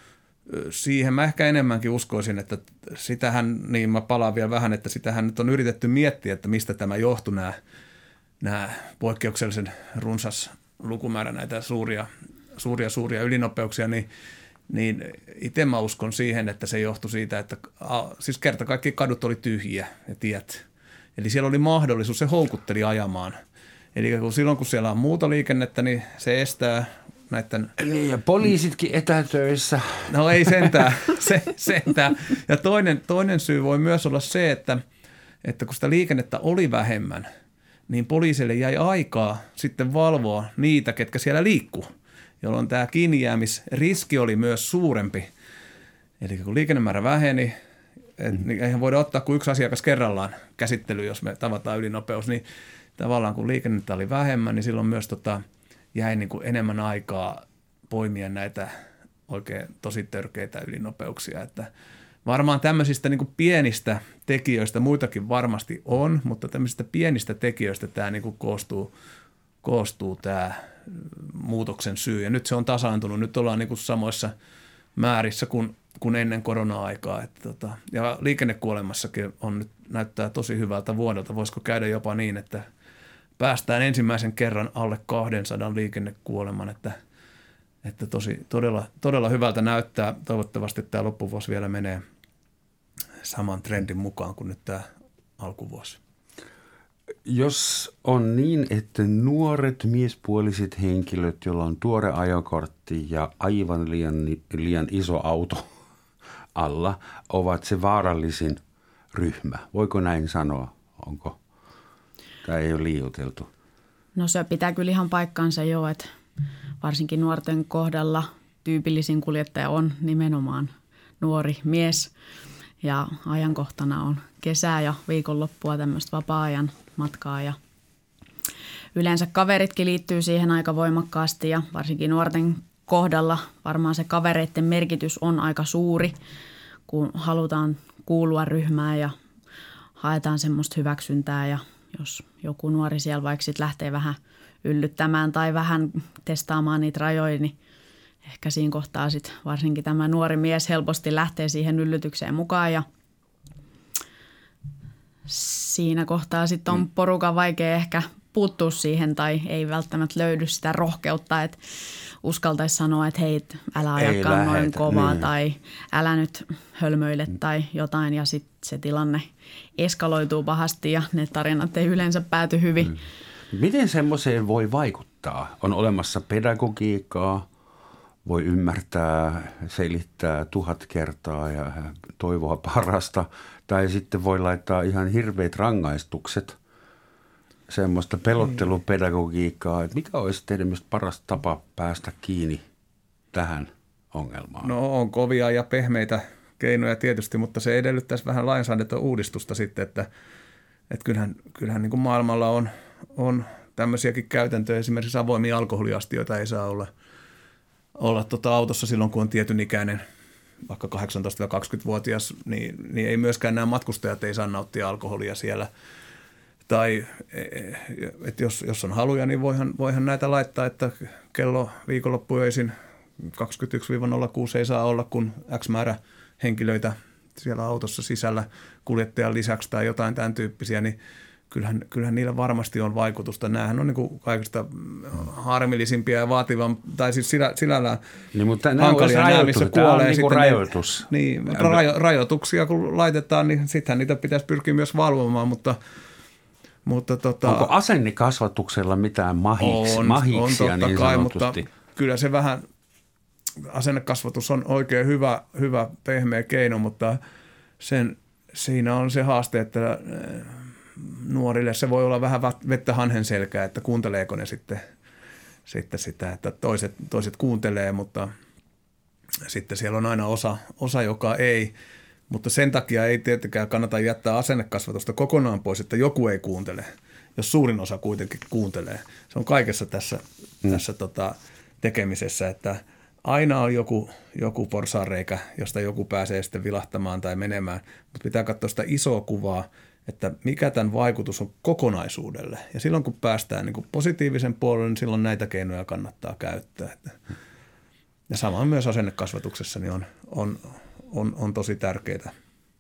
S3: siihen mä ehkä enemmänkin uskoisin, että sitähän, niin mä palaan vielä vähän, että sitähän nyt on yritetty miettiä, että mistä tämä johtui nämä poikkeuksellisen runsas lukumäärä näitä suuria ylinopeuksia, niin itse mä uskon siihen, että se johtui siitä, että siis kerta kaikki kadut oli tyhjiä ja tiet. Eli siellä oli mahdollisuus, se houkutteli ajamaan. Eli silloin kun siellä on muuta liikennettä, niin se estää näiden...
S2: Niin, ja poliisitkin etätöissä.
S3: No ei sentään. Ja toinen syy voi myös olla se, että kun sitä liikennettä oli vähemmän, niin poliisille jäi aikaa sitten valvoa niitä, ketkä siellä liikkuu, jolloin tämä kiinnijäämisriski oli myös suurempi. Eli kun liikennemäärä väheni, niin eihän voida ottaa kuin yksi asiakas kerrallaan käsittely, jos me tavataan ylinopeus, niin tavallaan kun liikennettä oli vähemmän, niin silloin myös jäi niin kuin enemmän aikaa poimia näitä oikein tosi törkeitä ylinopeuksia. Että varmaan tämmöisistä niin kuin pienistä tekijöistä, muitakin varmasti on, mutta tämmöisistä pienistä tekijöistä tämä niin kuin koostuu tämä muutoksen syy. Ja nyt se on tasaantunut, nyt ollaan niin kuin samoissa määrissä kuin ennen korona-aikaa. Ja liikennekuolemassakin nyt näyttää tosi hyvältä vuodelta. Voisiko käydä jopa niin, että päästään ensimmäisen kerran alle 200 liikennekuoleman, että todella hyvältä näyttää. Toivottavasti tämä loppuvuosi vielä menee saman trendin mukaan kuin nyt tämä alkuvuosi.
S2: Jos on niin, että nuoret miespuoliset henkilöt, joilla on tuore ajokortti ja aivan liian iso auto alla, ovat se vaarallisin ryhmä. Voiko näin sanoa? Onko? Tai ei ole liioiteltu?
S4: No se pitää kyllä ihan paikkansa jo, että varsinkin nuorten kohdalla tyypillisin kuljettaja on nimenomaan nuori mies. Ja ajankohtana on kesää ja viikonloppua tämmöistä vapaa-ajan matkaa ja yleensä kaveritkin liittyy siihen aika voimakkaasti ja varsinkin nuorten kohdalla varmaan se kavereiden merkitys on aika suuri, kun halutaan kuulua ryhmään ja haetaan semmoista hyväksyntää ja jos joku nuori siellä vaikka sit lähtee vähän yllyttämään tai vähän testaamaan niitä rajoja, niin ehkä siinä kohtaa sitten varsinkin tämä nuori mies helposti lähtee siihen yllytykseen mukaan ja siinä kohtaa sitten on porukan vaikea ehkä puuttua siihen tai ei välttämättä löydy sitä rohkeutta, että uskaltaisi sanoa, että hei, älä ajakaan noin kovaa niin. Tai älä nyt hölmöile tai jotain ja sitten se tilanne eskaloituu pahasti ja ne tarinat ei yleensä pääty hyvin.
S2: Miten semmoiseen voi vaikuttaa? On olemassa pedagogiikkaa, voi ymmärtää, selittää 1000 kertaa ja toivoa parasta tai sitten voi laittaa ihan hirveät rangaistukset, semmoista pelottelupedagogiikkaa. Että mikä olisi teidän mielestä paras tapa päästä kiinni tähän ongelmaan?
S3: No on kovia ja pehmeitä keinoja tietysti, mutta se edellyttäisi vähän lainsäädäntöuudistusta sitten, että kyllähän niin kuin maailmalla on tämmöisiäkin käytäntöjä, esimerkiksi avoimia alkoholiastioita ei saa olla autossa silloin, kun on tietyn ikäinen, vaikka 18-20-vuotias, niin ei myöskään nämä matkustajat ei saa nauttia alkoholia siellä. Tai että jos on haluja, niin voihan näitä laittaa, että kello viikonloppuöisin 21-06 ei saa olla, kun X määrä henkilöitä siellä autossa sisällä kuljettajan lisäksi tai jotain tämän tyyppisiä, niin kyllähän niillä varmasti on vaikutusta. Nämähän on niin kuin kaikista harmillisimpia ja vaativan, tai siis sinällään
S2: niin, mutta
S3: hankalia nämä, missä kuolee.
S2: Niin rajoitus.
S3: Rajoituksia kun laitetaan, niin sittenhän niitä pitäisi pyrkiä myös valvomaan, mutta
S2: onko asennekasvatuksella mitään mahiksia
S3: on totta
S2: niin
S3: kai, mutta kyllä se vähän, asennekasvatus on oikein hyvä pehmeä keino, mutta siinä on se haaste, että nuorille se voi olla vähän vettä hanhen selkää, että kuunteleeko ne sitten sitä, että toiset kuuntelee, mutta sitten siellä on aina osa joka ei. Mutta sen takia ei tietenkään kannata jättää asennekasvatusta kokonaan pois, että joku ei kuuntele, jos suurin osa kuitenkin kuuntelee. Se on kaikessa tässä tekemisessä, että aina on joku porsaanreikä, josta joku pääsee sitten vilahtamaan tai menemään, mutta pitää katsoa sitä isoa kuvaa, että mikä tämän vaikutus on kokonaisuudelle. Ja silloin kun päästään niin kuin positiivisen puolelle, niin silloin näitä keinoja kannattaa käyttää. Ja samoin myös asennekasvatuksessa niin on tosi tärkeää.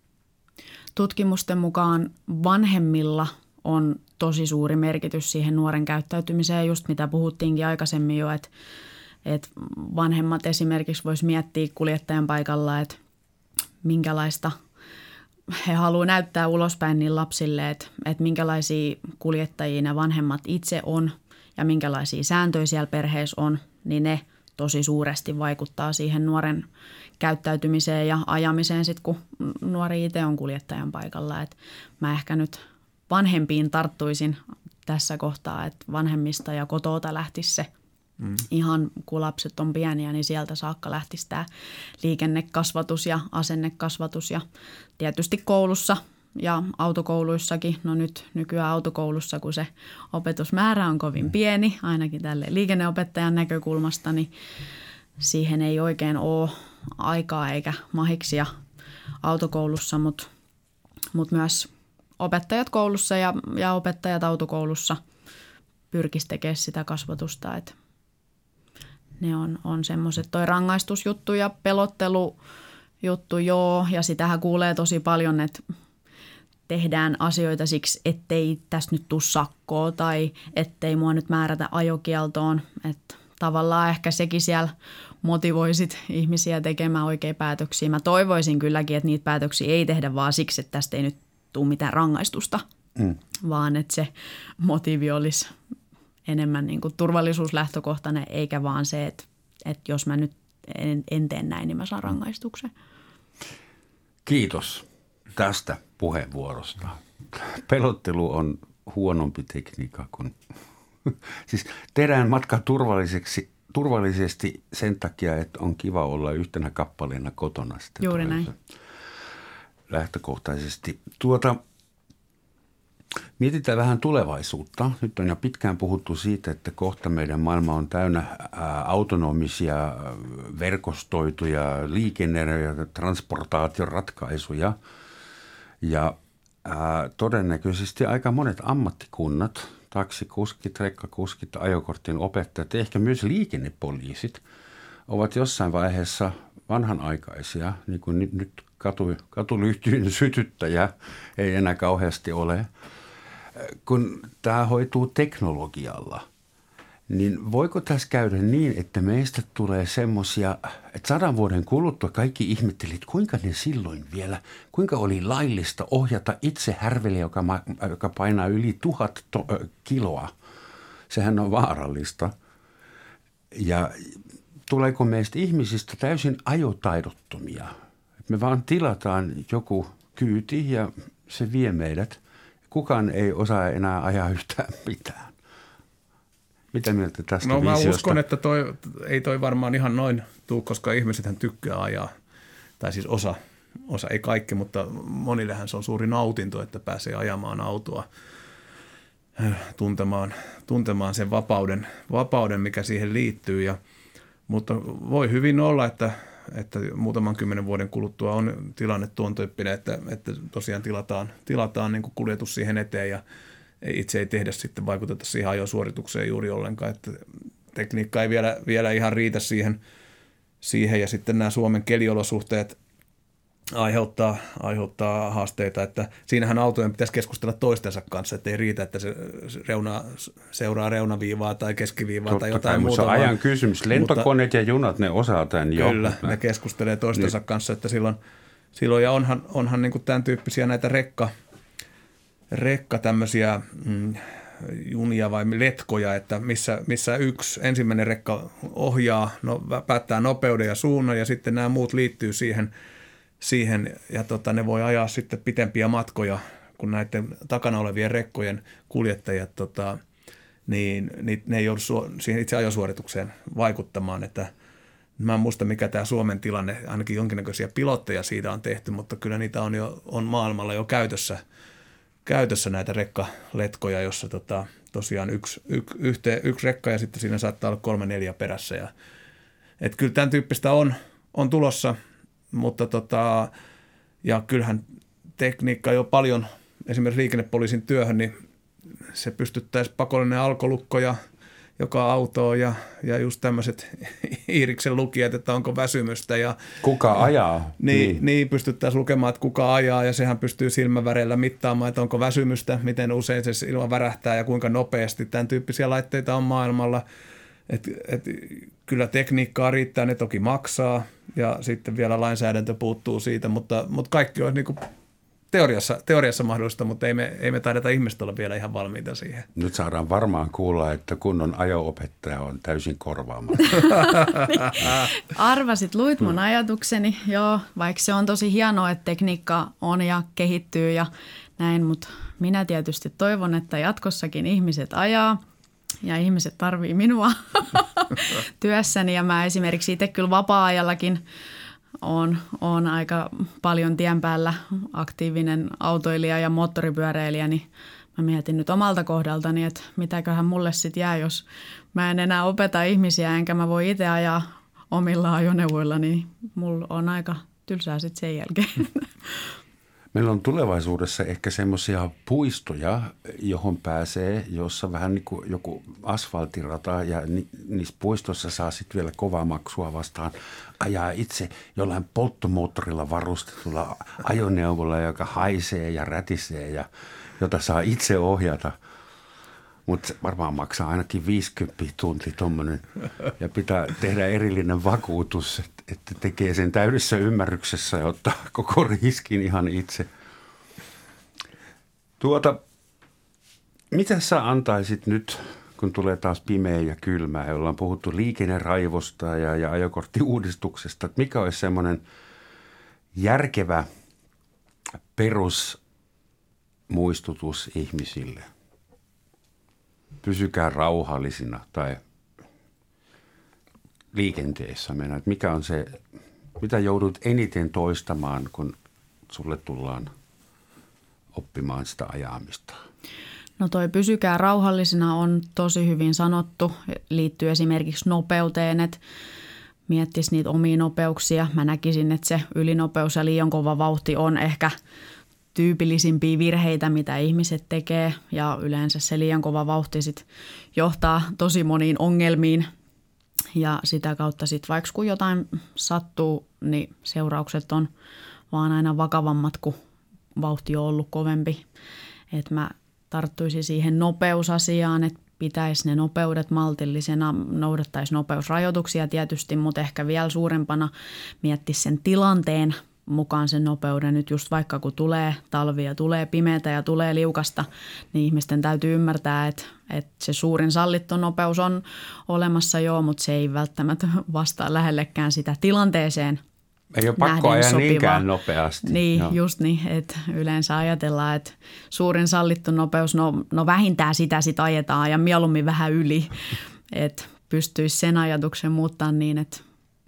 S4: Tutkimusten mukaan vanhemmilla on tosi suuri merkitys siihen nuoren käyttäytymiseen, just mitä puhuttiinkin aikaisemmin jo, että vanhemmat esimerkiksi vois miettiä kuljettajan paikalla, että minkälaista he haluaa näyttää ulospäin niin lapsille, että minkälaisia kuljettajia ne vanhemmat itse on ja minkälaisia sääntöjä siellä perheessä on, niin ne tosi suuresti vaikuttaa siihen nuoren käyttäytymiseen ja ajamiseen sitten, kun nuori itse on kuljettajan paikalla. Et mä ehkä nyt vanhempiin tarttuisin tässä kohtaa, että vanhemmista ja kotota lähtisi se ihan kun lapset on pieniä, niin sieltä saakka lähtisi tämä liikennekasvatus ja asennekasvatus ja tietysti koulussa ja autokouluissakin. No nyt nykyään autokoulussa, kun se opetusmäärä on kovin pieni, ainakin tälle liikenneopettajan näkökulmasta, niin siihen ei oikein ole aikaa eikä mahiksia autokoulussa, mutta myös opettajat koulussa ja opettajat autokoulussa pyrkisi tekemään sitä kasvatusta, että ne on semmoiset toi rangaistusjuttu ja pelottelujuttu, joo, ja sitähän kuulee tosi paljon, että tehdään asioita siksi, ettei tässä nyt tule sakkoa tai ettei mua nyt määrätä ajokieltoon, että tavallaan ehkä sekin siellä motivoisit ihmisiä tekemään oikein päätöksiä. Mä toivoisin kylläkin, että niitä päätöksiä ei tehdä vaan siksi, että tästä ei nyt tule mitään rangaistusta, vaan että se motiivi olisi enemmän niin kuin turvallisuuslähtökohtainen, eikä vaan se, että jos mä nyt en tee näin, niin mä saan rangaistuksen.
S2: Kiitos tästä puheenvuorosta. Pelottelu on huonompi tekniikka kuin... Siis tehdään matka turvallisesti sen takia, että on kiva olla yhtenä kappaleena kotona.
S4: Juuri näin.
S2: Lähtökohtaisesti. Mietitään vähän tulevaisuutta. Nyt on jo pitkään puhuttu siitä, että kohta meidän maailma on täynnä autonomisia, verkostoituja liikenne- ja transportaatioratkaisuja. Ja todennäköisesti aika monet ammattikunnat, taksikuskit, rekkakuskit, ajokortin opettajat ja ehkä myös liikennepoliisit ovat jossain vaiheessa vanhanaikaisia, niin kuin nyt katulyhtyyn sytyttäjä ei enää kauheasti ole. Kun tämä hoituu teknologialla, niin voiko tässä käydä niin, että meistä tulee semmoisia, että 100 vuoden kuluttua kaikki ihmettelit, kuinka ne silloin vielä, kuinka oli laillista ohjata itse härveliä, joka painaa yli 1000 kiloa. Sehän on vaarallista. Ja tuleeko meistä ihmisistä täysin ajotaidottomia? Me vaan tilataan joku kyyti ja se vie meidät. Kukaan ei osaa enää ajaa yhtään mitään. Mitä mieltä tästä visiosta?
S3: Mä uskon, että ei toi varmaan ihan noin tule, koska ihmisethän tykkää ajaa. Tai siis osa, ei kaikki, mutta monillehän se on suuri nautinto, että pääsee ajamaan autoa, tuntemaan sen vapauden, mikä siihen liittyy. Mutta voi hyvin olla, että muutaman 10 vuoden kuluttua on tilanne tuon tyyppinen, että tosiaan tilataan niin kuin kuljetus siihen eteen ja itse ei tehdä sitten vaikuteta siihen ajosuoritukseen juuri ollenkaan, että tekniikka ei vielä ihan riitä siihen ja sitten nämä Suomen keliolosuhteet aiheuttaa haasteita, että siinähän autojen pitäisi keskustella toistensa kanssa, että ei riitä, että se seuraa reunaviivaa tai keskiviivaa tai jotain muuta.
S2: Totta kai, ajan kysymys. Lentokoneet ja junat, ne osaa tämän jo.
S3: Kyllä, ne keskustelee toistensa kanssa, että silloin ja onhan niin kuin tämän tyyppisiä näitä rekka tämmöisiä junia vai letkoja, että missä ensimmäinen rekka ohjaa, päättää nopeuden ja suunnan ja sitten nämä muut liittyy siihen ja ne voi ajaa sitten pitempiä matkoja kuin näiden takana olevien rekkojen kuljettajat, niin ne ei joudu siihen itse ajosuoritukseen vaikuttamaan, että mä en muista mikä tämä Suomen tilanne, ainakin jonkinnäköisiä pilotteja siitä on tehty, mutta kyllä niitä on maailmalla jo käytössä näitä rekkaletkoja, jossa tosiaan yksi rekka ja sitten siinä saattaa olla 3-4 perässä. Että kyllä tämän tyyppistä on tulossa, mutta ja kyllähän tekniikka jo paljon, esimerkiksi liikennepoliisin työhön, niin se pystyttäisiin pakollinen alkolukko ja joka autoon ja just tämmöiset Iiriksen lukijat, että onko väsymystä. Ja
S2: kuka ajaa.
S3: Niin pystyttäisiin lukemaan, että kuka ajaa ja sehän pystyy silmäväreillä mittaamaan, että onko väsymystä, miten usein se ilma värähtää ja kuinka nopeasti. Tämän tyyppisiä laitteita on maailmalla. Kyllä tekniikkaa riittää, ne toki maksaa ja sitten vielä lainsäädäntö puuttuu siitä, mutta kaikki on niin kuin teoriassa mahdollista, mutta ei me taideta ihmiset olla vielä ihan valmiita siihen.
S2: Nyt saadaan varmaan kuulla, että kunnon ajo-opettaja on täysin korvaamaton.
S4: Arvasit, luit mun ajatukseni. Joo, vaikka se on tosi hienoa, että tekniikka on ja kehittyy ja näin, mutta minä tietysti toivon, että jatkossakin ihmiset ajaa. Ja ihmiset tarvii minua työssäni ja mä esimerkiksi itse kyllä vapaa-ajallakin on aika paljon tien päällä aktiivinen autoilija ja moottoripyöräilijä, niin mä mietin nyt omalta kohdaltani, että mitäköhän mulle sitten jää, jos mä en enää opeta ihmisiä enkä mä voi itse ajaa omilla ajoneuvoilla, niin mulla on aika tylsää sitten sen jälkeen.
S2: Meillä on tulevaisuudessa ehkä semmoisia puistoja, johon pääsee, jossa vähän niin kuin joku asfalttirata ja niissä puistoissa saa sitten vielä kovaa maksua vastaan ajaa itse jollain polttomoottorilla varustetulla ajoneuvolla, joka haisee ja rätisee ja jota saa itse ohjata. Mutta varmaan maksaa ainakin 50 tunti tuommoinen ja pitää tehdä erillinen vakuutus, että tekee sen täydessä ymmärryksessä ja ottaa koko riskin ihan itse. Mitä sä antaisit nyt, kun tulee taas pimeä ja kylmää, jolla on puhuttu liikenneraivosta ja ajokorttiuudistuksesta, että mikä olisi semmoinen järkevä perusmuistutus ihmisille? Pysykää rauhallisina tai liikenteessä mennä. Mikä on se, mitä joudut eniten toistamaan, kun sulle tullaan oppimaan sitä ajamista?
S4: No toi pysykää rauhallisina on tosi hyvin sanottu. Liittyy esimerkiksi nopeuteen, että miettisi niitä omia nopeuksia. Mä näkisin, että se ylinopeus ja liian kova vauhti on ehkä tyypillisimpiä virheitä, mitä ihmiset tekee ja yleensä se liian kova vauhti sit johtaa tosi moniin ongelmiin ja sitä kautta sitten vaikka kun jotain sattuu, niin seuraukset on vaan aina vakavammat, kun vauhti on ollut kovempi. Et mä tarttuisin siihen nopeusasiaan, että pitäisi ne nopeudet maltillisena, noudattaisi nopeusrajoituksia tietysti, mutta ehkä vielä suurempana miettisi sen tilanteen mukaan sen nopeuden. Nyt just vaikka kun tulee talvi ja tulee pimeätä ja tulee liukasta, niin ihmisten täytyy ymmärtää, että se suurin sallittu nopeus on olemassa mutta se ei välttämättä vastaa lähellekään sitä tilanteeseen.
S2: Ei ole pakko ajaa niinkään nopeasti.
S4: Niin, just niin, että yleensä ajatellaan, että suurin sallittu nopeus, no vähintään sitä sit ajetaan ja mieluummin vähän yli, että pystyisi sen ajatuksen muuttaa niin, että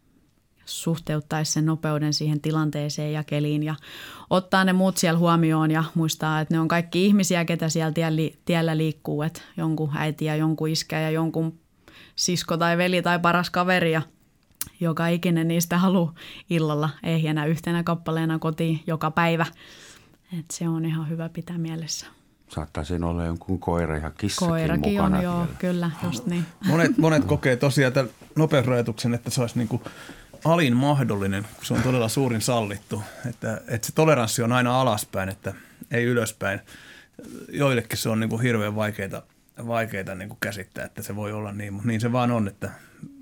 S4: suhteuttaisi sen nopeuden siihen tilanteeseen ja keliin ja ottaa ne muut siellä huomioon ja muistaa, että ne on kaikki ihmisiä, ketä siellä tiellä liikkuu, että jonkun äiti ja jonkun iskä ja jonkun sisko tai veli tai paras kaveri ja joka ikinen niistä haluaa illalla ehjänä yhtenä kappaleena kotiin joka päivä. Et se on ihan hyvä pitää mielessä.
S2: Saattaa siinä olla jonkun koira ja kissakin
S4: Koirakin
S2: mukana.
S4: On, joo, kyllä, just niin.
S3: Monet kokee tosiaan tämän nopeusrajoituksen, että se olisi niin kuin alin mahdollinen, kun se on todella suurin sallittu. Että se toleranssi on aina alaspäin, että ei ylöspäin. Joillekin se on niin kuin hirveän vaikeita niin kuin käsittää, että se voi olla niin, mutta niin se vaan on, että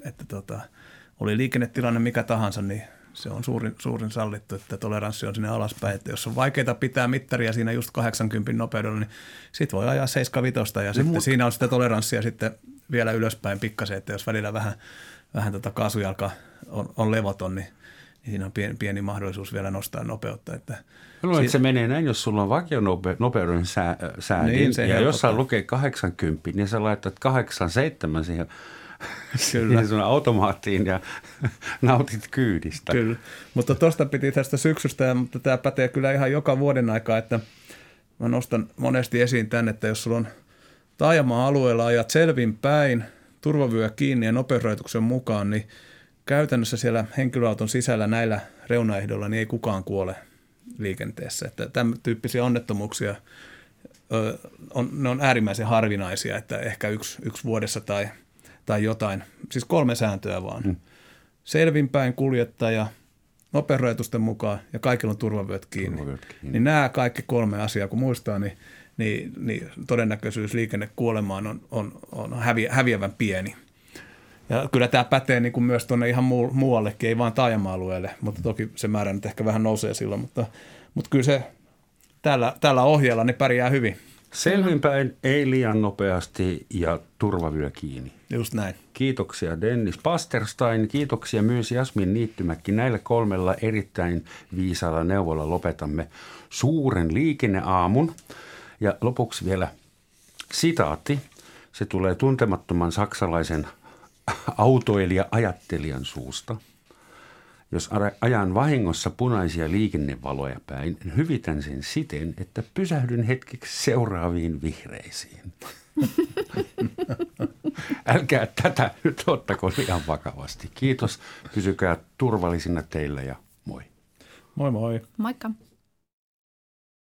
S3: oli liikennetilanne mikä tahansa, niin se on suurin sallittu, että toleranssi on sinne alaspäin. Että jos on vaikeaa pitää mittaria siinä just 80 nopeudella, niin sitten voi ajaa 75 ja sitten siinä on sitä toleranssia sitten vielä ylöspäin pikkasen, että jos välillä vähän kaasujalka on levoton, niin siinä on pieni mahdollisuus vielä nostaa nopeutta. Että
S2: luulen, että se menee näin, jos sulla on vakionopeuden säädin
S3: niin,
S2: ja jos sä lukee 80, niin sä laitat 87 siihen sun automaattiin ja nautit kyydistä.
S3: Kyllä, mutta tuosta piti tästä syksystä, mutta tämä pätee kyllä ihan joka vuoden aikaa, että mä nostan monesti esiin tämän, että jos sulla on taajama-alueella ajat selvinpäin, turvavyö kiinni ja nopeusrajoituksen mukaan, niin käytännössä siellä henkilöauton sisällä näillä reunaehdoilla niin ei kukaan kuole liikenteessä. Että tämän tyyppisiä onnettomuuksia ne on äärimmäisen harvinaisia, että ehkä yksi vuodessa tai tai jotain. Siis 3 sääntöä vaan. Selvinpäin kuljettaja, nopeusrajoitusten mukaan ja kaikilla on turvavyöt kiinni. Niin nämä kaikki 3 asiaa, kun muistaa, niin todennäköisyys liikennekuolemaan on häviävän pieni. Ja kyllä tämä pätee niin kuin myös tuonne ihan muuallekin, ei vaan taajama-alueelle, mutta toki se määrä nyt ehkä vähän nousee silloin, mutta kyllä se tällä ohjeella ne pärjää hyvin.
S2: Selvinpäin, ei liian nopeasti ja turvavyö kiinni.
S3: Just näin.
S2: Kiitoksia Dennis Pasterstein, kiitoksia myös Jasmin Niittymäki. Näillä 3 erittäin viisaalla neuvolla lopetamme suuren liikenneaamun. Ja lopuksi vielä sitaatti. Se tulee tuntemattoman saksalaisen autoilija-ajattelijan suusta. Jos ajan vahingossa punaisia liikennevaloja päin, hyvitän sen siten, että pysähdyn hetkeksi seuraaviin vihreisiin. Älkää tätä nyt ottako liian vakavasti. Kiitos, pysykää turvallisina teillä ja moi.
S3: Moi moi.
S4: Moikka.